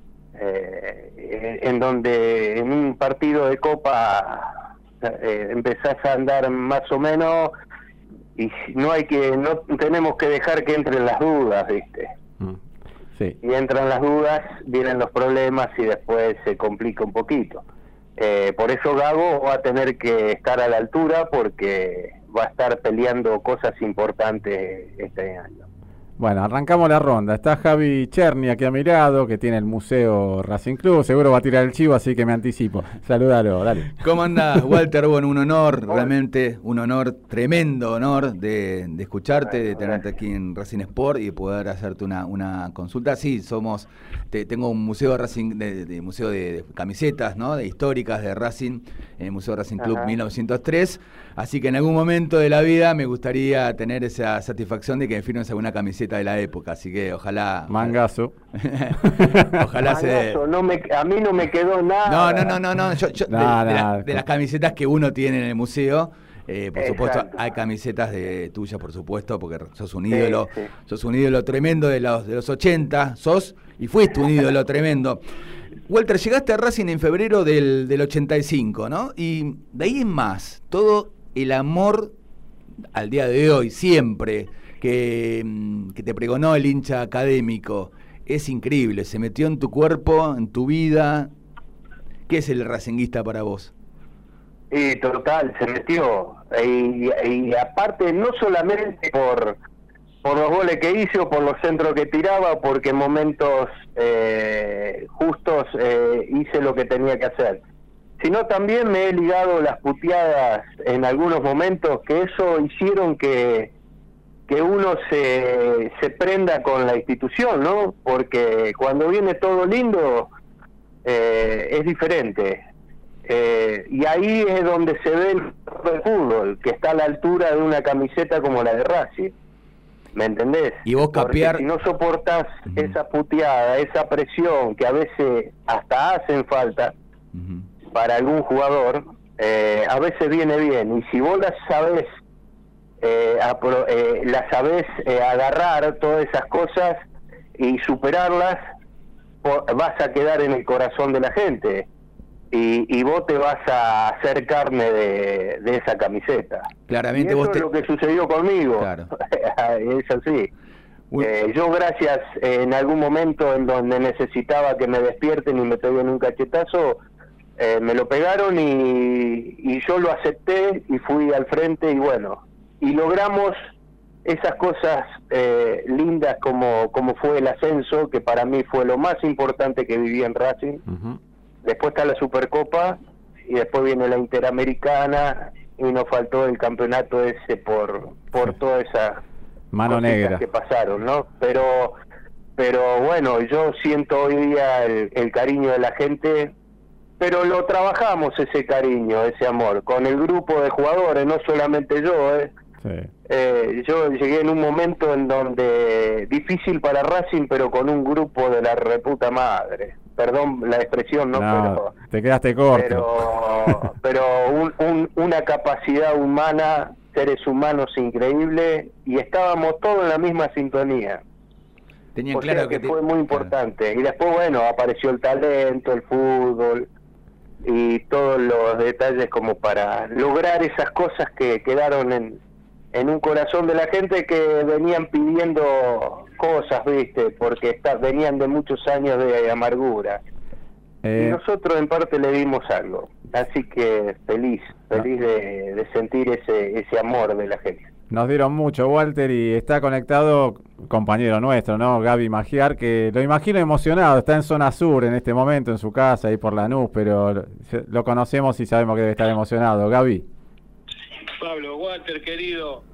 en donde en un partido de Copa empezás a andar más o menos, y no tenemos que dejar que entren las dudas, ¿viste? Sí. Y entran las dudas, vienen los problemas y después se complica un poquito. Por eso Gago va a tener que estar a la altura, porque va a estar peleando cosas importantes este año. Bueno, arrancamos la ronda. Está Javi Cherny aquí a mi lado, que tiene el Museo Racing Club. Seguro va a tirar el chivo, así que me anticipo. Saludalo, dale. ¿Cómo andás, Walter? Bueno, un honor, realmente un honor, tremendo honor de escucharte, de tenerte aquí en Racing Sport y de poder hacerte una consulta. Sí, tengo un museo Racing, museo de camisetas, ¿no? De históricas de Racing, en el Museo Racing Club 1903. Así que en algún momento de la vida me gustaría tener esa satisfacción de que me firmes alguna camiseta de la época, así que ojalá. Mangazo. Ojalá Mangazo, a mí no me quedó nada. No. De las camisetas que uno tiene en el museo, por supuesto, hay camisetas tuyas, por supuesto, porque sos un ídolo, sos un ídolo tremendo de los 80, y fuiste un ídolo tremendo. Walter, llegaste a Racing en febrero del 85, ¿no? Y de ahí en más, todo el amor al día de hoy, siempre, que te pregonó el hincha académico, es increíble, se metió en tu cuerpo, en tu vida. ¿Qué es el racinguista para vos? Y total, se metió, y aparte no solamente por los goles que hice o por los centros que tiraba, porque en momentos justos hice lo que tenía que hacer, sino también me he ligado las puteadas en algunos momentos, que eso hicieron que uno se prenda con la institución, ¿no? Porque cuando viene todo lindo, es diferente. Y ahí es donde se ve el fútbol, que está a la altura de una camiseta como la de Racing. ¿Me entendés? Y vos capear. Porque si no soportás esa puteada, esa presión que a veces hasta hacen falta para algún jugador, a veces viene bien. Y si vos las sabés, agarrar todas esas cosas y superarlas, vas a quedar en el corazón de la gente. Y vos te vas a hacer carne de esa camiseta. Claramente. Y eso es lo que sucedió conmigo. Claro. Es así. Yo, gracias, en algún momento en donde necesitaba que me despierten y me peguen un cachetazo, me lo pegaron y yo lo acepté y fui al frente, y bueno, y logramos esas cosas lindas como fue el ascenso, que para mí fue lo más importante que viví en Racing. Después está la Supercopa, y después viene la Interamericana y nos faltó el campeonato ese por todas esas mano negra que pasaron, ¿no? Pero bueno, yo siento hoy día el cariño de la gente, pero lo trabajamos ese cariño, ese amor, con el grupo de jugadores, no solamente yo, yo llegué en un momento en donde difícil para Racing, pero con un grupo de la reputa madre. Perdón la expresión, ¿no? Pero te quedaste corto. Pero una capacidad humana, seres humanos increíble, y estábamos todos en la misma sintonía. Tenían claro que fue muy importante. Y después, bueno, apareció el talento, el fútbol y todos los detalles como para lograr esas cosas que quedaron en un corazón de la gente, que venían pidiendo cosas, ¿viste? Porque venían de muchos años de amargura. Y nosotros en parte le dimos algo. Así que feliz de sentir ese amor de la gente. Nos dieron mucho, Walter, y está conectado compañero nuestro, ¿no? Gaby Magiar, que lo imagino emocionado, está en zona sur en este momento, en su casa, ahí por Lanús, pero lo conocemos y sabemos que debe estar emocionado. Gaby. Pablo, Walter, querido,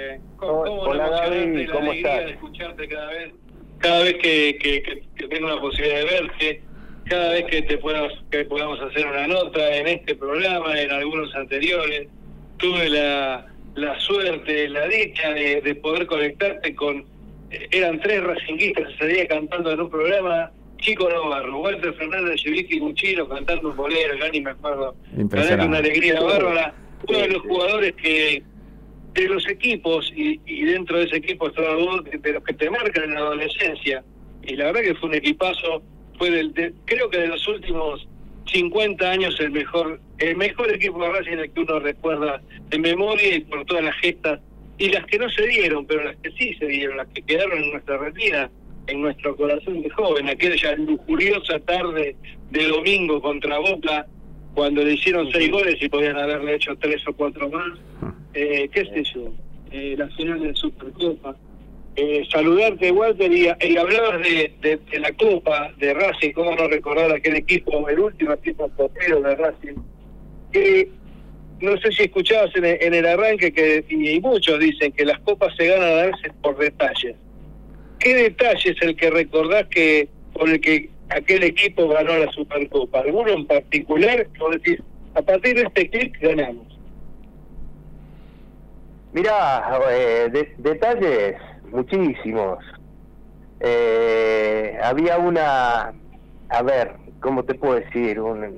hola Gaby, ¿cómo estás? De escucharte cada vez que tengo la posibilidad de verte, cada vez que podamos hacer una nota en este programa, en algunos anteriores. Tuve la suerte, la dicha de poder conectarte con... eran 3 racinguistas ese día cantando en un programa, Chico Novarro, Walter Fernández, Yeviki Cuchino cantando un bolero, ya ni me acuerdo. Impresionante. Una alegría bárbara. Uno de los jugadores que de los equipos, y dentro de ese equipo estaba vos, de los que te marcan en la adolescencia, y la verdad que fue un equipazo, fue creo que de los últimos 50 años el mejor equipo de Racing, el que uno recuerda de memoria, y por todas las gestas, y las que no se dieron, pero las que sí se dieron, las que quedaron en nuestra retina, en nuestro corazón de joven, aquella lujuriosa tarde de domingo contra Boca, cuando le hicieron 6 goles y podían haberle hecho 3 o 4 más, qué sé yo, la final de Supercopa. Saludarte, Walter, y hablabas de la Copa de Racing, cómo no recordar aquel equipo, el último equipo copero de Racing, que no sé si escuchabas en el arranque, y muchos dicen que las copas se ganan a veces por detalles. ¿Qué detalle es el que recordás por el que aquel equipo ganó la Supercopa? ¿Alguno en particular? O decís, a partir de este clic ganamos. Mirá, detalles muchísimos. Había a ver, ¿cómo te puedo decir?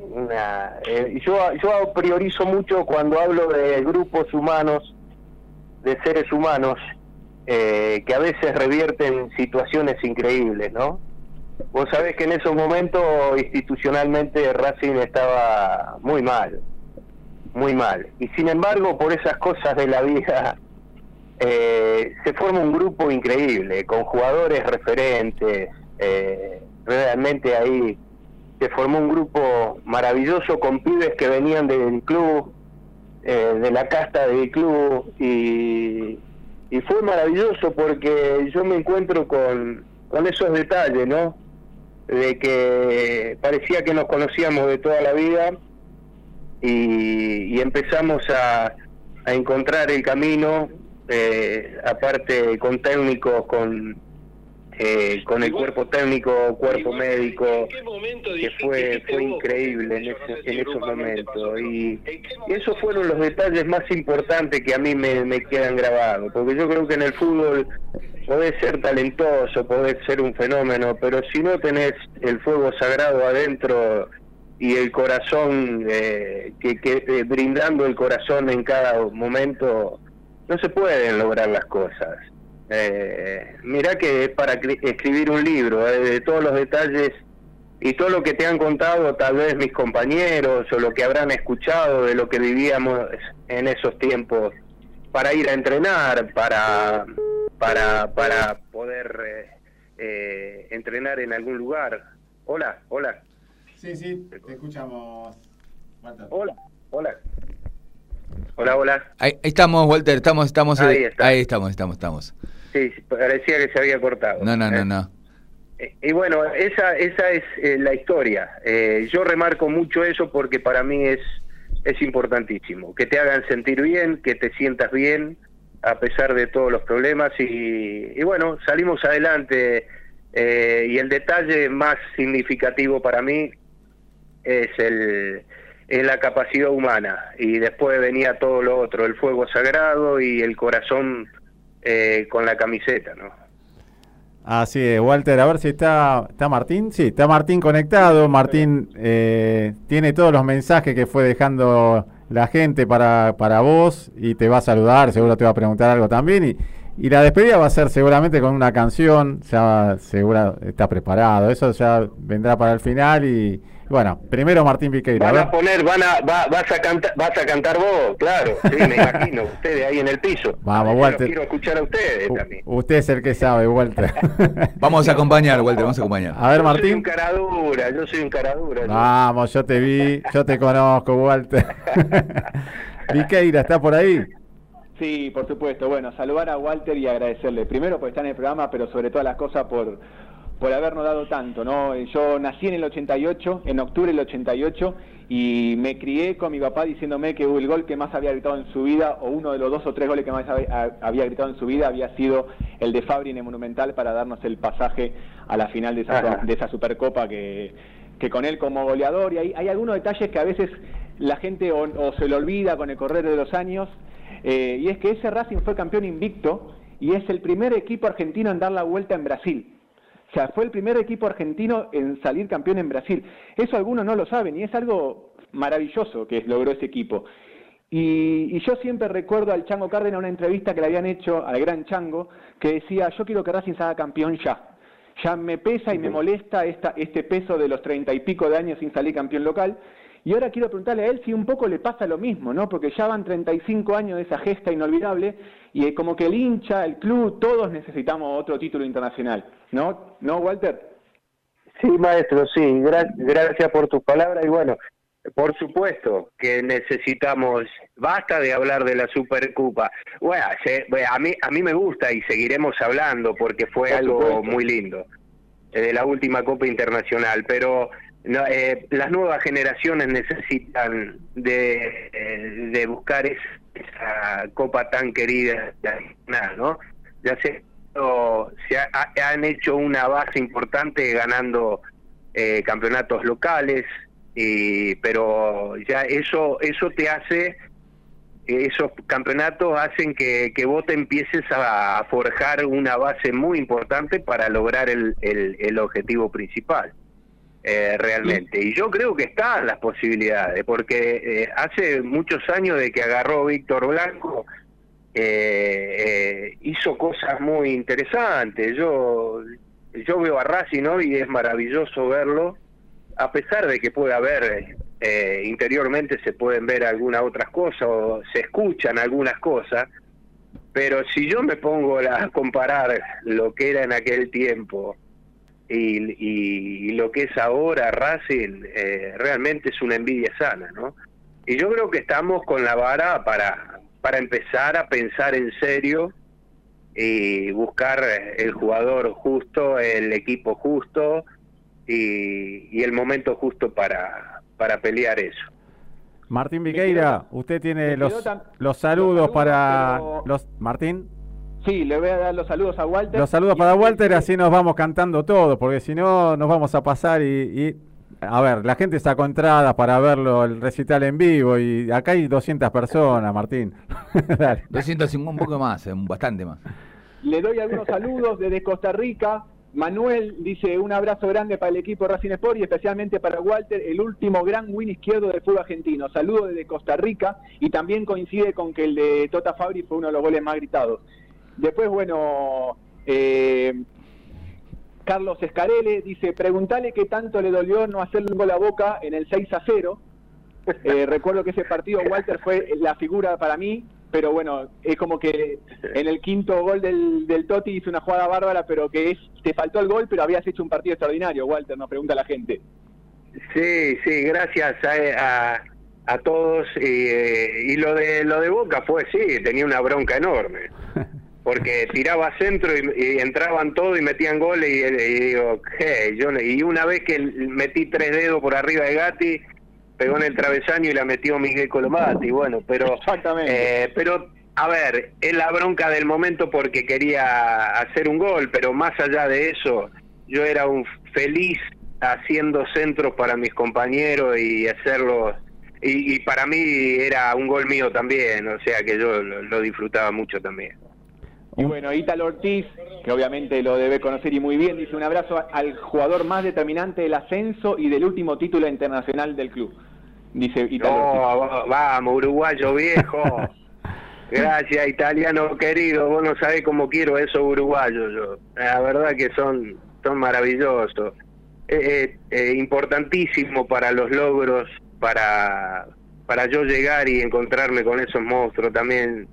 Yo priorizo mucho cuando hablo de grupos humanos, de seres humanos, que a veces revierten situaciones increíbles, ¿no? Vos sabés que en esos momentos institucionalmente Racing estaba muy mal, y sin embargo por esas cosas de la vida se forma un grupo increíble, con jugadores referentes, realmente ahí se formó un grupo maravilloso con pibes que venían del club, de la casta del club, y fue maravilloso porque yo me encuentro con esos detalles, ¿no? De que parecía que nos conocíamos de toda la vida y empezamos a encontrar el camino, aparte con técnicos, con el cuerpo técnico, cuerpo médico, que fue increíble en esos momentos, y esos fueron los detalles más importantes que a mí me quedan grabados, porque yo creo que en el fútbol podés ser talentoso, podés ser un fenómeno, pero si no tenés el fuego sagrado adentro y el corazón, brindando el corazón en cada momento, no se pueden lograr las cosas. Mirá que es para escribir un libro, de todos los detalles y todo lo que te han contado tal vez mis compañeros, o lo que habrán escuchado de lo que vivíamos en esos tiempos, para ir a entrenar, para poder entrenar en algún lugar. Hola. Sí, te escuchamos, Walter. Hola. Ahí estamos, Walter, estamos. Ahí está. Ahí estamos. Sí, parecía que se había cortado. No. Y bueno, esa es la historia. Yo remarco mucho eso porque para mí es importantísimo. Que te hagan sentir bien, que te sientas bien a pesar de todos los problemas. Y bueno, salimos adelante. Y el detalle más significativo para mí es la capacidad humana. Y después venía todo lo otro, el fuego sagrado y el corazón con la camiseta, ¿no? Así es, Walter, a ver si está Martín. Sí, está Martín conectado. Martín tiene todos los mensajes que fue dejando la gente para vos y te va a saludar, seguro te va a preguntar algo también. Y la despedida va a ser seguramente con una canción, ya seguro está preparado, eso ya vendrá para el final. Y bueno, primero Martín Viqueira. Vas a cantar vos, claro, sí, me imagino, ustedes ahí en el piso. Vamos, Walter. Quiero escuchar a ustedes también. Usted es el que sabe, Walter. Vamos a acompañar, Walter, vamos a acompañar. A ver, Martín. Yo soy un caradura. Vamos, yo te vi, yo te conozco, Walter. Viqueira, ¿está por ahí? Sí, por supuesto. Bueno, saludar a Walter y agradecerle. Primero por estar en el programa, pero sobre todas las cosas por habernos dado tanto, ¿no? Yo nací en el 88, en octubre del 88, y me crié con mi papá diciéndome que el gol que más había gritado en su vida, o uno de los 2 o 3 goles que más había gritado en su vida, había sido el de Fabri en el Monumental para darnos el pasaje a la final de esa Supercopa que con él como goleador. Y hay algunos detalles que a veces la gente o se lo olvida con el correr de los años, y es que ese Racing fue campeón invicto y es el primer equipo argentino en dar la vuelta en Brasil. O sea, fue el primer equipo argentino en salir campeón en Brasil. Eso algunos no lo saben y es algo maravilloso que logró ese equipo. Y yo siempre recuerdo al Chango Cárdenas una entrevista que le habían hecho al gran Chango, que decía: yo quiero que Racing se haga campeón ya. Ya me pesa y me molesta este peso de los 30 y pico de años sin salir campeón local. Y ahora quiero preguntarle a él si un poco le pasa lo mismo, ¿no? Porque ya van 35 años de esa gesta inolvidable y como que el hincha, el club, todos necesitamos otro título internacional, ¿no? ¿No, Walter? Sí, maestro, sí. Gracias por tus palabras y bueno, por supuesto que necesitamos, basta de hablar de la Supercopa. Bueno, a mí me gusta y seguiremos hablando porque fue algo muy lindo de la última Copa Internacional, pero no, las nuevas generaciones necesitan de buscar esa Copa tan querida, ¿no? Ya se han hecho una base importante ganando campeonatos locales, pero ya eso te hace, esos campeonatos hacen que vos te empieces a forjar una base muy importante para lograr el objetivo principal. Realmente, y yo creo que están las posibilidades, porque hace muchos años de que agarró Víctor Blanco, hizo cosas muy interesantes. Yo veo a Racing hoy y es maravilloso verlo, a pesar de que puede haber interiormente se pueden ver algunas otras cosas o se escuchan algunas cosas, pero si yo me pongo a comparar lo que era en aquel tiempo y lo que es ahora Racing, realmente es una envidia sana, ¿no? Y yo creo que estamos con la vara para empezar a pensar en serio y buscar el jugador justo, el equipo justo y el momento justo para pelear eso. Martín Viqueira, usted tiene los saludos para los Martín. Sí, le voy a dar los saludos a Walter. Los saludos para Walter, así nos vamos cantando todos, porque si no nos vamos a pasar y a ver, la gente sacó entradas para verlo, el recital en vivo, y acá hay 200 personas, Martín. Dale. 250, un poco más, bastante más. Le doy algunos saludos desde Costa Rica. Manuel dice: un abrazo grande para el equipo Racing Sport y especialmente para Walter, el último gran win izquierdo del fútbol argentino. Saludos desde Costa Rica, y también coincide con que el de Tota Fabri fue uno de los goles más gritados. Después, bueno, Carlos Escarele dice: preguntale qué tanto le dolió no hacerle un gol a Boca en el 6-0. Recuerdo que ese partido Walter fue la figura para mí, pero bueno, es como que en el quinto gol del Totti hizo una jugada bárbara, pero que te faltó el gol, pero habías hecho un partido extraordinario, Walter, nos pregunta la gente. Sí, gracias a todos, y lo de Boca fue, sí, tenía una bronca enorme. porque tiraba centro y entraban todos y metían goles y digo, ¿qué? Y una vez que metí 3 dedos por arriba de Gatti, pegó en el travesaño y la metió Miguel Colomati, bueno, pero pero a ver, es la bronca del momento porque quería hacer un gol, pero más allá de eso, yo era un feliz haciendo centros para mis compañeros y hacerlos, y para mí era un gol mío también, o sea que yo lo disfrutaba mucho también. Y bueno, Ítalo Ortiz, que obviamente lo debe conocer y muy bien, dice un abrazo al jugador más determinante del ascenso y del último título internacional del club. Dice Ítalo Ortiz. Vamos, uruguayo viejo. Gracias, italiano querido. Vos no sabés cómo quiero esos uruguayos yo. La verdad que son maravillosos. Importantísimo para los logros, para yo llegar y encontrarme con esos monstruos también.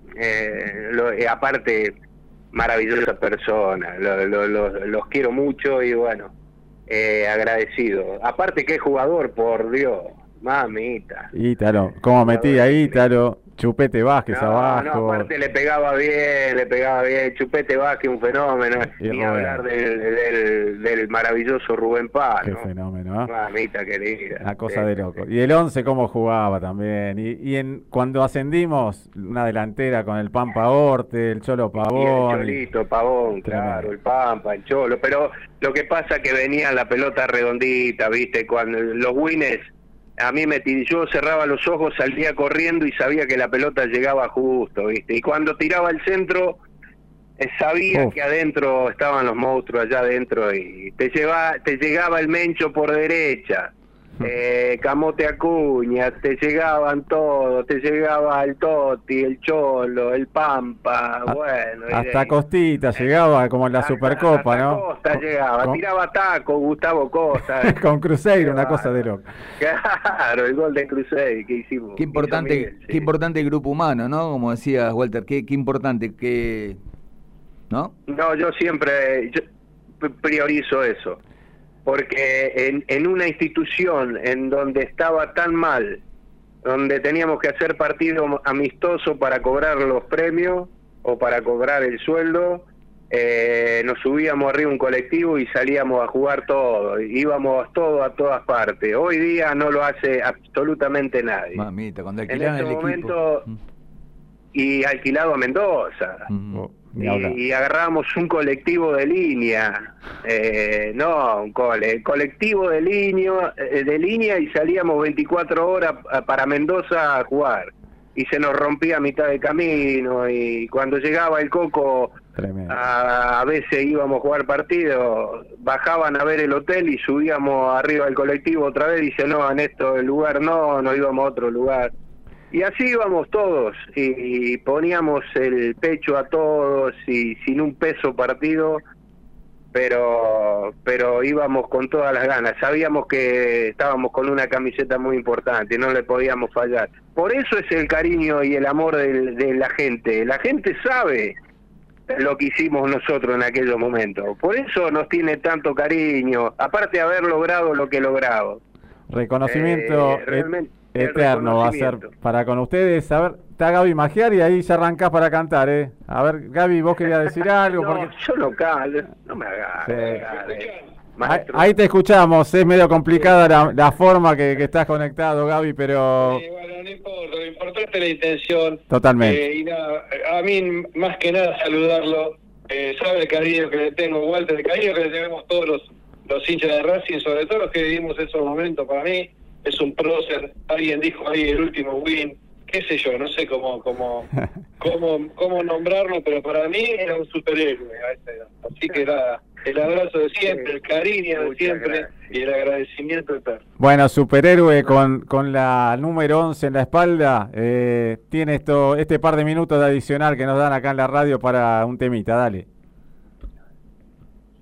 Aparte, maravillosa persona. Los quiero mucho y bueno, agradecido. Aparte que es jugador, por Dios. Mamita. Ítalo, ¿cómo metía Ítalo? Chupete Vázquez abajo. No, aparte le pegaba bien. Chupete Vázquez, un fenómeno. Ni hablar del maravilloso Rubén Paz. Qué fenómeno, ¿eh? Mamita querida. Una cosa de loco. Y el 11 cómo jugaba también. Y cuando ascendimos, una delantera con el Pampa Orte, el Cholo Pavón. Y el Cholito Pavón, claro, el Pampa, el Cholo. Pero lo que pasa que venía la pelota redondita, ¿viste? Cuando los winners... A mí yo cerraba los ojos, salía corriendo y sabía que la pelota llegaba justo, ¿viste? Y cuando tiraba el centro, sabía que adentro estaban los monstruos, allá adentro, y te llegaba el Mencho por derecha, Camote Acuña, te llegaban todos, te llegaba el Totti, el Cholo, el Pampa, bueno. Hasta Costita llegaba, como en la Supercopa, ¿no? Costa llegaba, tiraba taco, Gustavo Costa. Con Cruzeiro, una cosa de loco. Claro, el gol de Cruzeiro que hicimos. Qué importante, qué importante el grupo humano, ¿no? Como decías, Walter, qué importante, ¿no? No, yo siempre priorizo eso. Porque en una institución en donde estaba tan mal, donde teníamos que hacer partidos amistosos para cobrar los premios o para cobrar el sueldo, nos subíamos arriba un colectivo y salíamos a jugar todo, íbamos todo a todas partes. Hoy día no lo hace absolutamente nadie. Mamita, cuando alquilaban el equipo. Momento, y alquilado a Mendoza. Y agarrábamos un colectivo de línea, colectivo de línea y salíamos 24 horas para Mendoza a jugar. Y se nos rompía a mitad de camino y cuando llegaba el Coco, a veces íbamos a jugar partidos, bajaban a ver el hotel y subíamos arriba del colectivo otra vez y dice, no, en el lugar no íbamos a otro lugar. Y así íbamos todos, y poníamos el pecho a todos, y sin un peso partido, pero íbamos con todas las ganas. Sabíamos que estábamos con una camiseta muy importante, no le podíamos fallar. Por eso es el cariño y el amor de la gente. La gente sabe lo que hicimos nosotros en aquellos momentos. Por eso nos tiene tanto cariño, aparte de haber logrado lo que logrado. Reconocimiento eterno va a ser para con ustedes. A ver, está Gaby Magiar y ahí ya arrancás para cantar, ¿eh? A ver, Gaby, vos querías decir algo. No, yo no canto, no me hagas. Ahí te escuchamos, es medio complicada la forma que estás conectado, Gaby, pero... Bueno, no importa, lo importante es la intención. Totalmente. Y nada, a mí, más que nada, saludarlo. Sabe el cariño que le tengo, Walter, el cariño que le tenemos todos los hinchas de Racing, sobre todo los que vivimos esos momentos. Para mí es un prócer. Alguien dijo ahí el último win, qué sé yo, no sé cómo nombrarlo, pero para mí era un superhéroe a esa edad. Así que nada, el abrazo de siempre, el cariño de siempre y el agradecimiento eterno. Bueno, superhéroe con la número 11 en la espalda, tiene este par de minutos de adicional que nos dan acá en la radio para un temita, dale.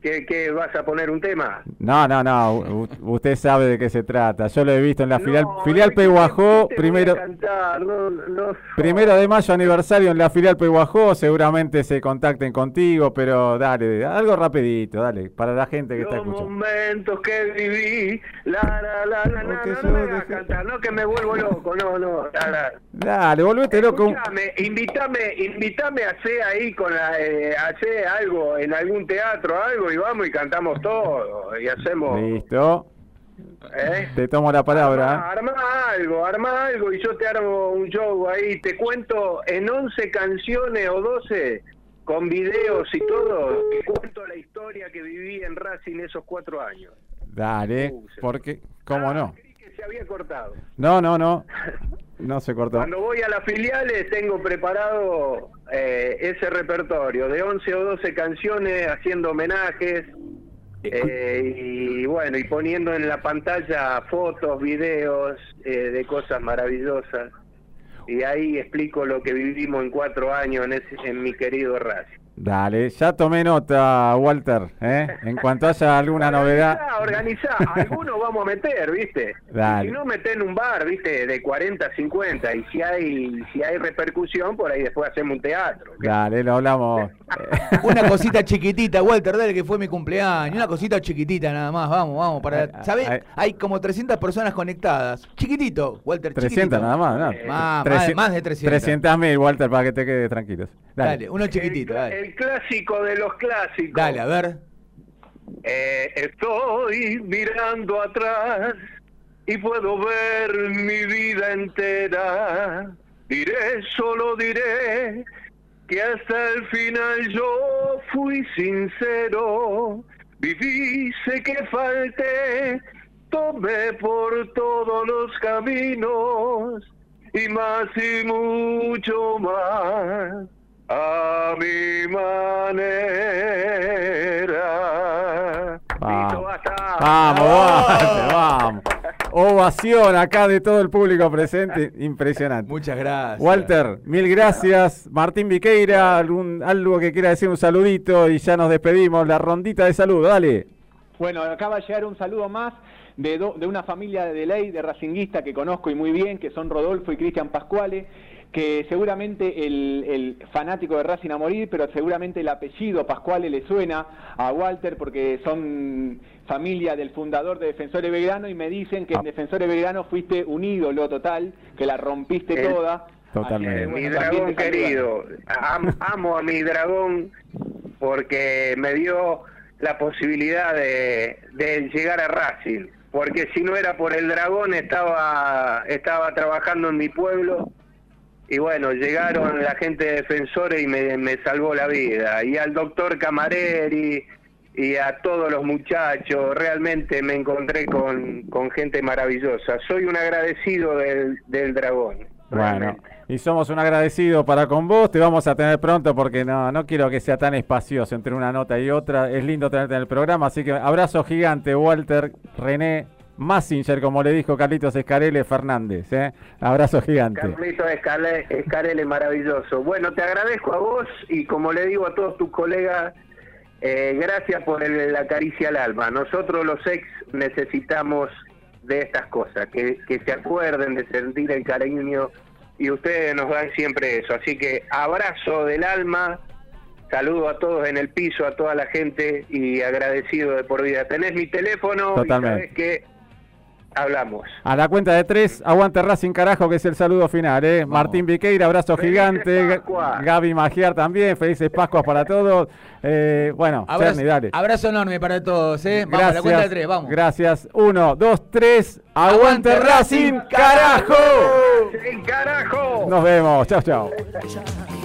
¿Qué vas a poner un tema? No. Usted sabe de qué se trata. Yo lo he visto en la filial ¿qué Pehuajó. te voy a cantar? No. 1 de mayo aniversario en la filial Pehuajó. Seguramente se contacten contigo, pero dale, algo rapidito, dale, para la gente que está escuchando. Los momentos que viví, no me hagas cantar, no que me vuelvo loco, no. Dale, volvete loco. Escuchame, invítame a hacer ahí hacer algo en algún teatro, algo, y vamos y cantamos todo, y hacemos... Listo. Te tomo la palabra. Arma algo, y yo te armo un show ahí, te cuento en 11 canciones o 12, con videos y todo, te cuento la historia que viví en Racing esos 4 años. Dale, porque, ¿cómo no? Creí que se había cortado. No se cortó. Cuando voy a las filiales tengo preparado ese repertorio de 11 o 12 canciones haciendo homenajes y bueno, y poniendo en la pantalla fotos, videos de cosas maravillosas, y ahí explico lo que vivimos en 4 años en mi querido Racing. Dale, ya tomé nota, Walter, en cuanto haya alguna novedad. Organizá, algunos vamos a meter, ¿viste? Dale. Y si no, meter en un bar, ¿viste? De 40 a 50, y si hay repercusión, por ahí después hacemos un teatro. Dale, lo hablamos. Una cosita chiquitita, Walter, dale, que fue mi cumpleaños. Una cosita chiquitita nada más, vamos. ¿Sabés? Hay como 300 personas conectadas. Chiquitito, Walter, 300 nada más, ¿no? Más de 300. 300.000, Walter, para que te quedes tranquilos. Dale, uno chiquitito, dale. El clásico de los clásicos. Dale, a ver. Estoy mirando atrás y puedo ver mi vida entera. Solo diré que hasta el final yo fui sincero. Viví, sé que falté, tomé por todos los caminos y más y mucho más. A mi manera. Vamos. Ovación acá de todo el público presente. Impresionante. Muchas gracias. Walter, mil gracias. Martín Viqueira, algo que quiera decir, un saludito y ya nos despedimos. La rondita de saludo, dale. Bueno, acaba de llegar un saludo más de una familia de ley, de racinguista que conozco y muy bien, que son Rodolfo y Cristian Pascuale, que seguramente el fanático de Racing a morir, pero seguramente el apellido Pascuale le suena a Walter porque son familia del fundador de Defensores Belgrano y me dicen que en Defensores Belgrano fuiste un ídolo total, que la rompiste toda. Totalmente. Mi dragón querido, amo a mi dragón porque me dio la posibilidad de llegar a Racing, porque si no era por el dragón estaba trabajando en mi pueblo. Y bueno, llegaron la gente de Defensores y me salvó la vida. Y al doctor Camareri y a todos los muchachos, realmente me encontré con gente maravillosa. Soy un agradecido del dragón. Bueno, y somos un agradecido para con vos. Te vamos a tener pronto porque no quiero que sea tan espacioso entre una nota y otra. Es lindo tenerte en el programa, así que abrazo gigante, Walter, René Massinger, como le dijo Carlitos Escarele Fernández, abrazo gigante. Carlitos Escarele, maravilloso. Bueno, te agradezco a vos y como le digo a todos tus colegas, gracias por la caricia al alma. Nosotros los ex necesitamos de estas cosas, que se acuerden de sentir el cariño y ustedes nos dan siempre eso. Así que abrazo del alma, saludo a todos en el piso, a toda la gente y agradecido de por vida. Tenés mi teléfono. Totalmente. Y sabés que hablamos. A la cuenta de 3, aguante Racing carajo, que es el saludo final, Martín Viqueira, abrazo gigante. Gaby Magiar también, felices Pascuas para todos. Bueno, abrazo, Cerny, dale. Abrazo enorme para todos, Vamos, gracias, a la cuenta de 3, vamos. Gracias. 1, 2, 3. ¡Aguante Racing, carajo! ¡Racing, carajo! Nos vemos. Chao, chao.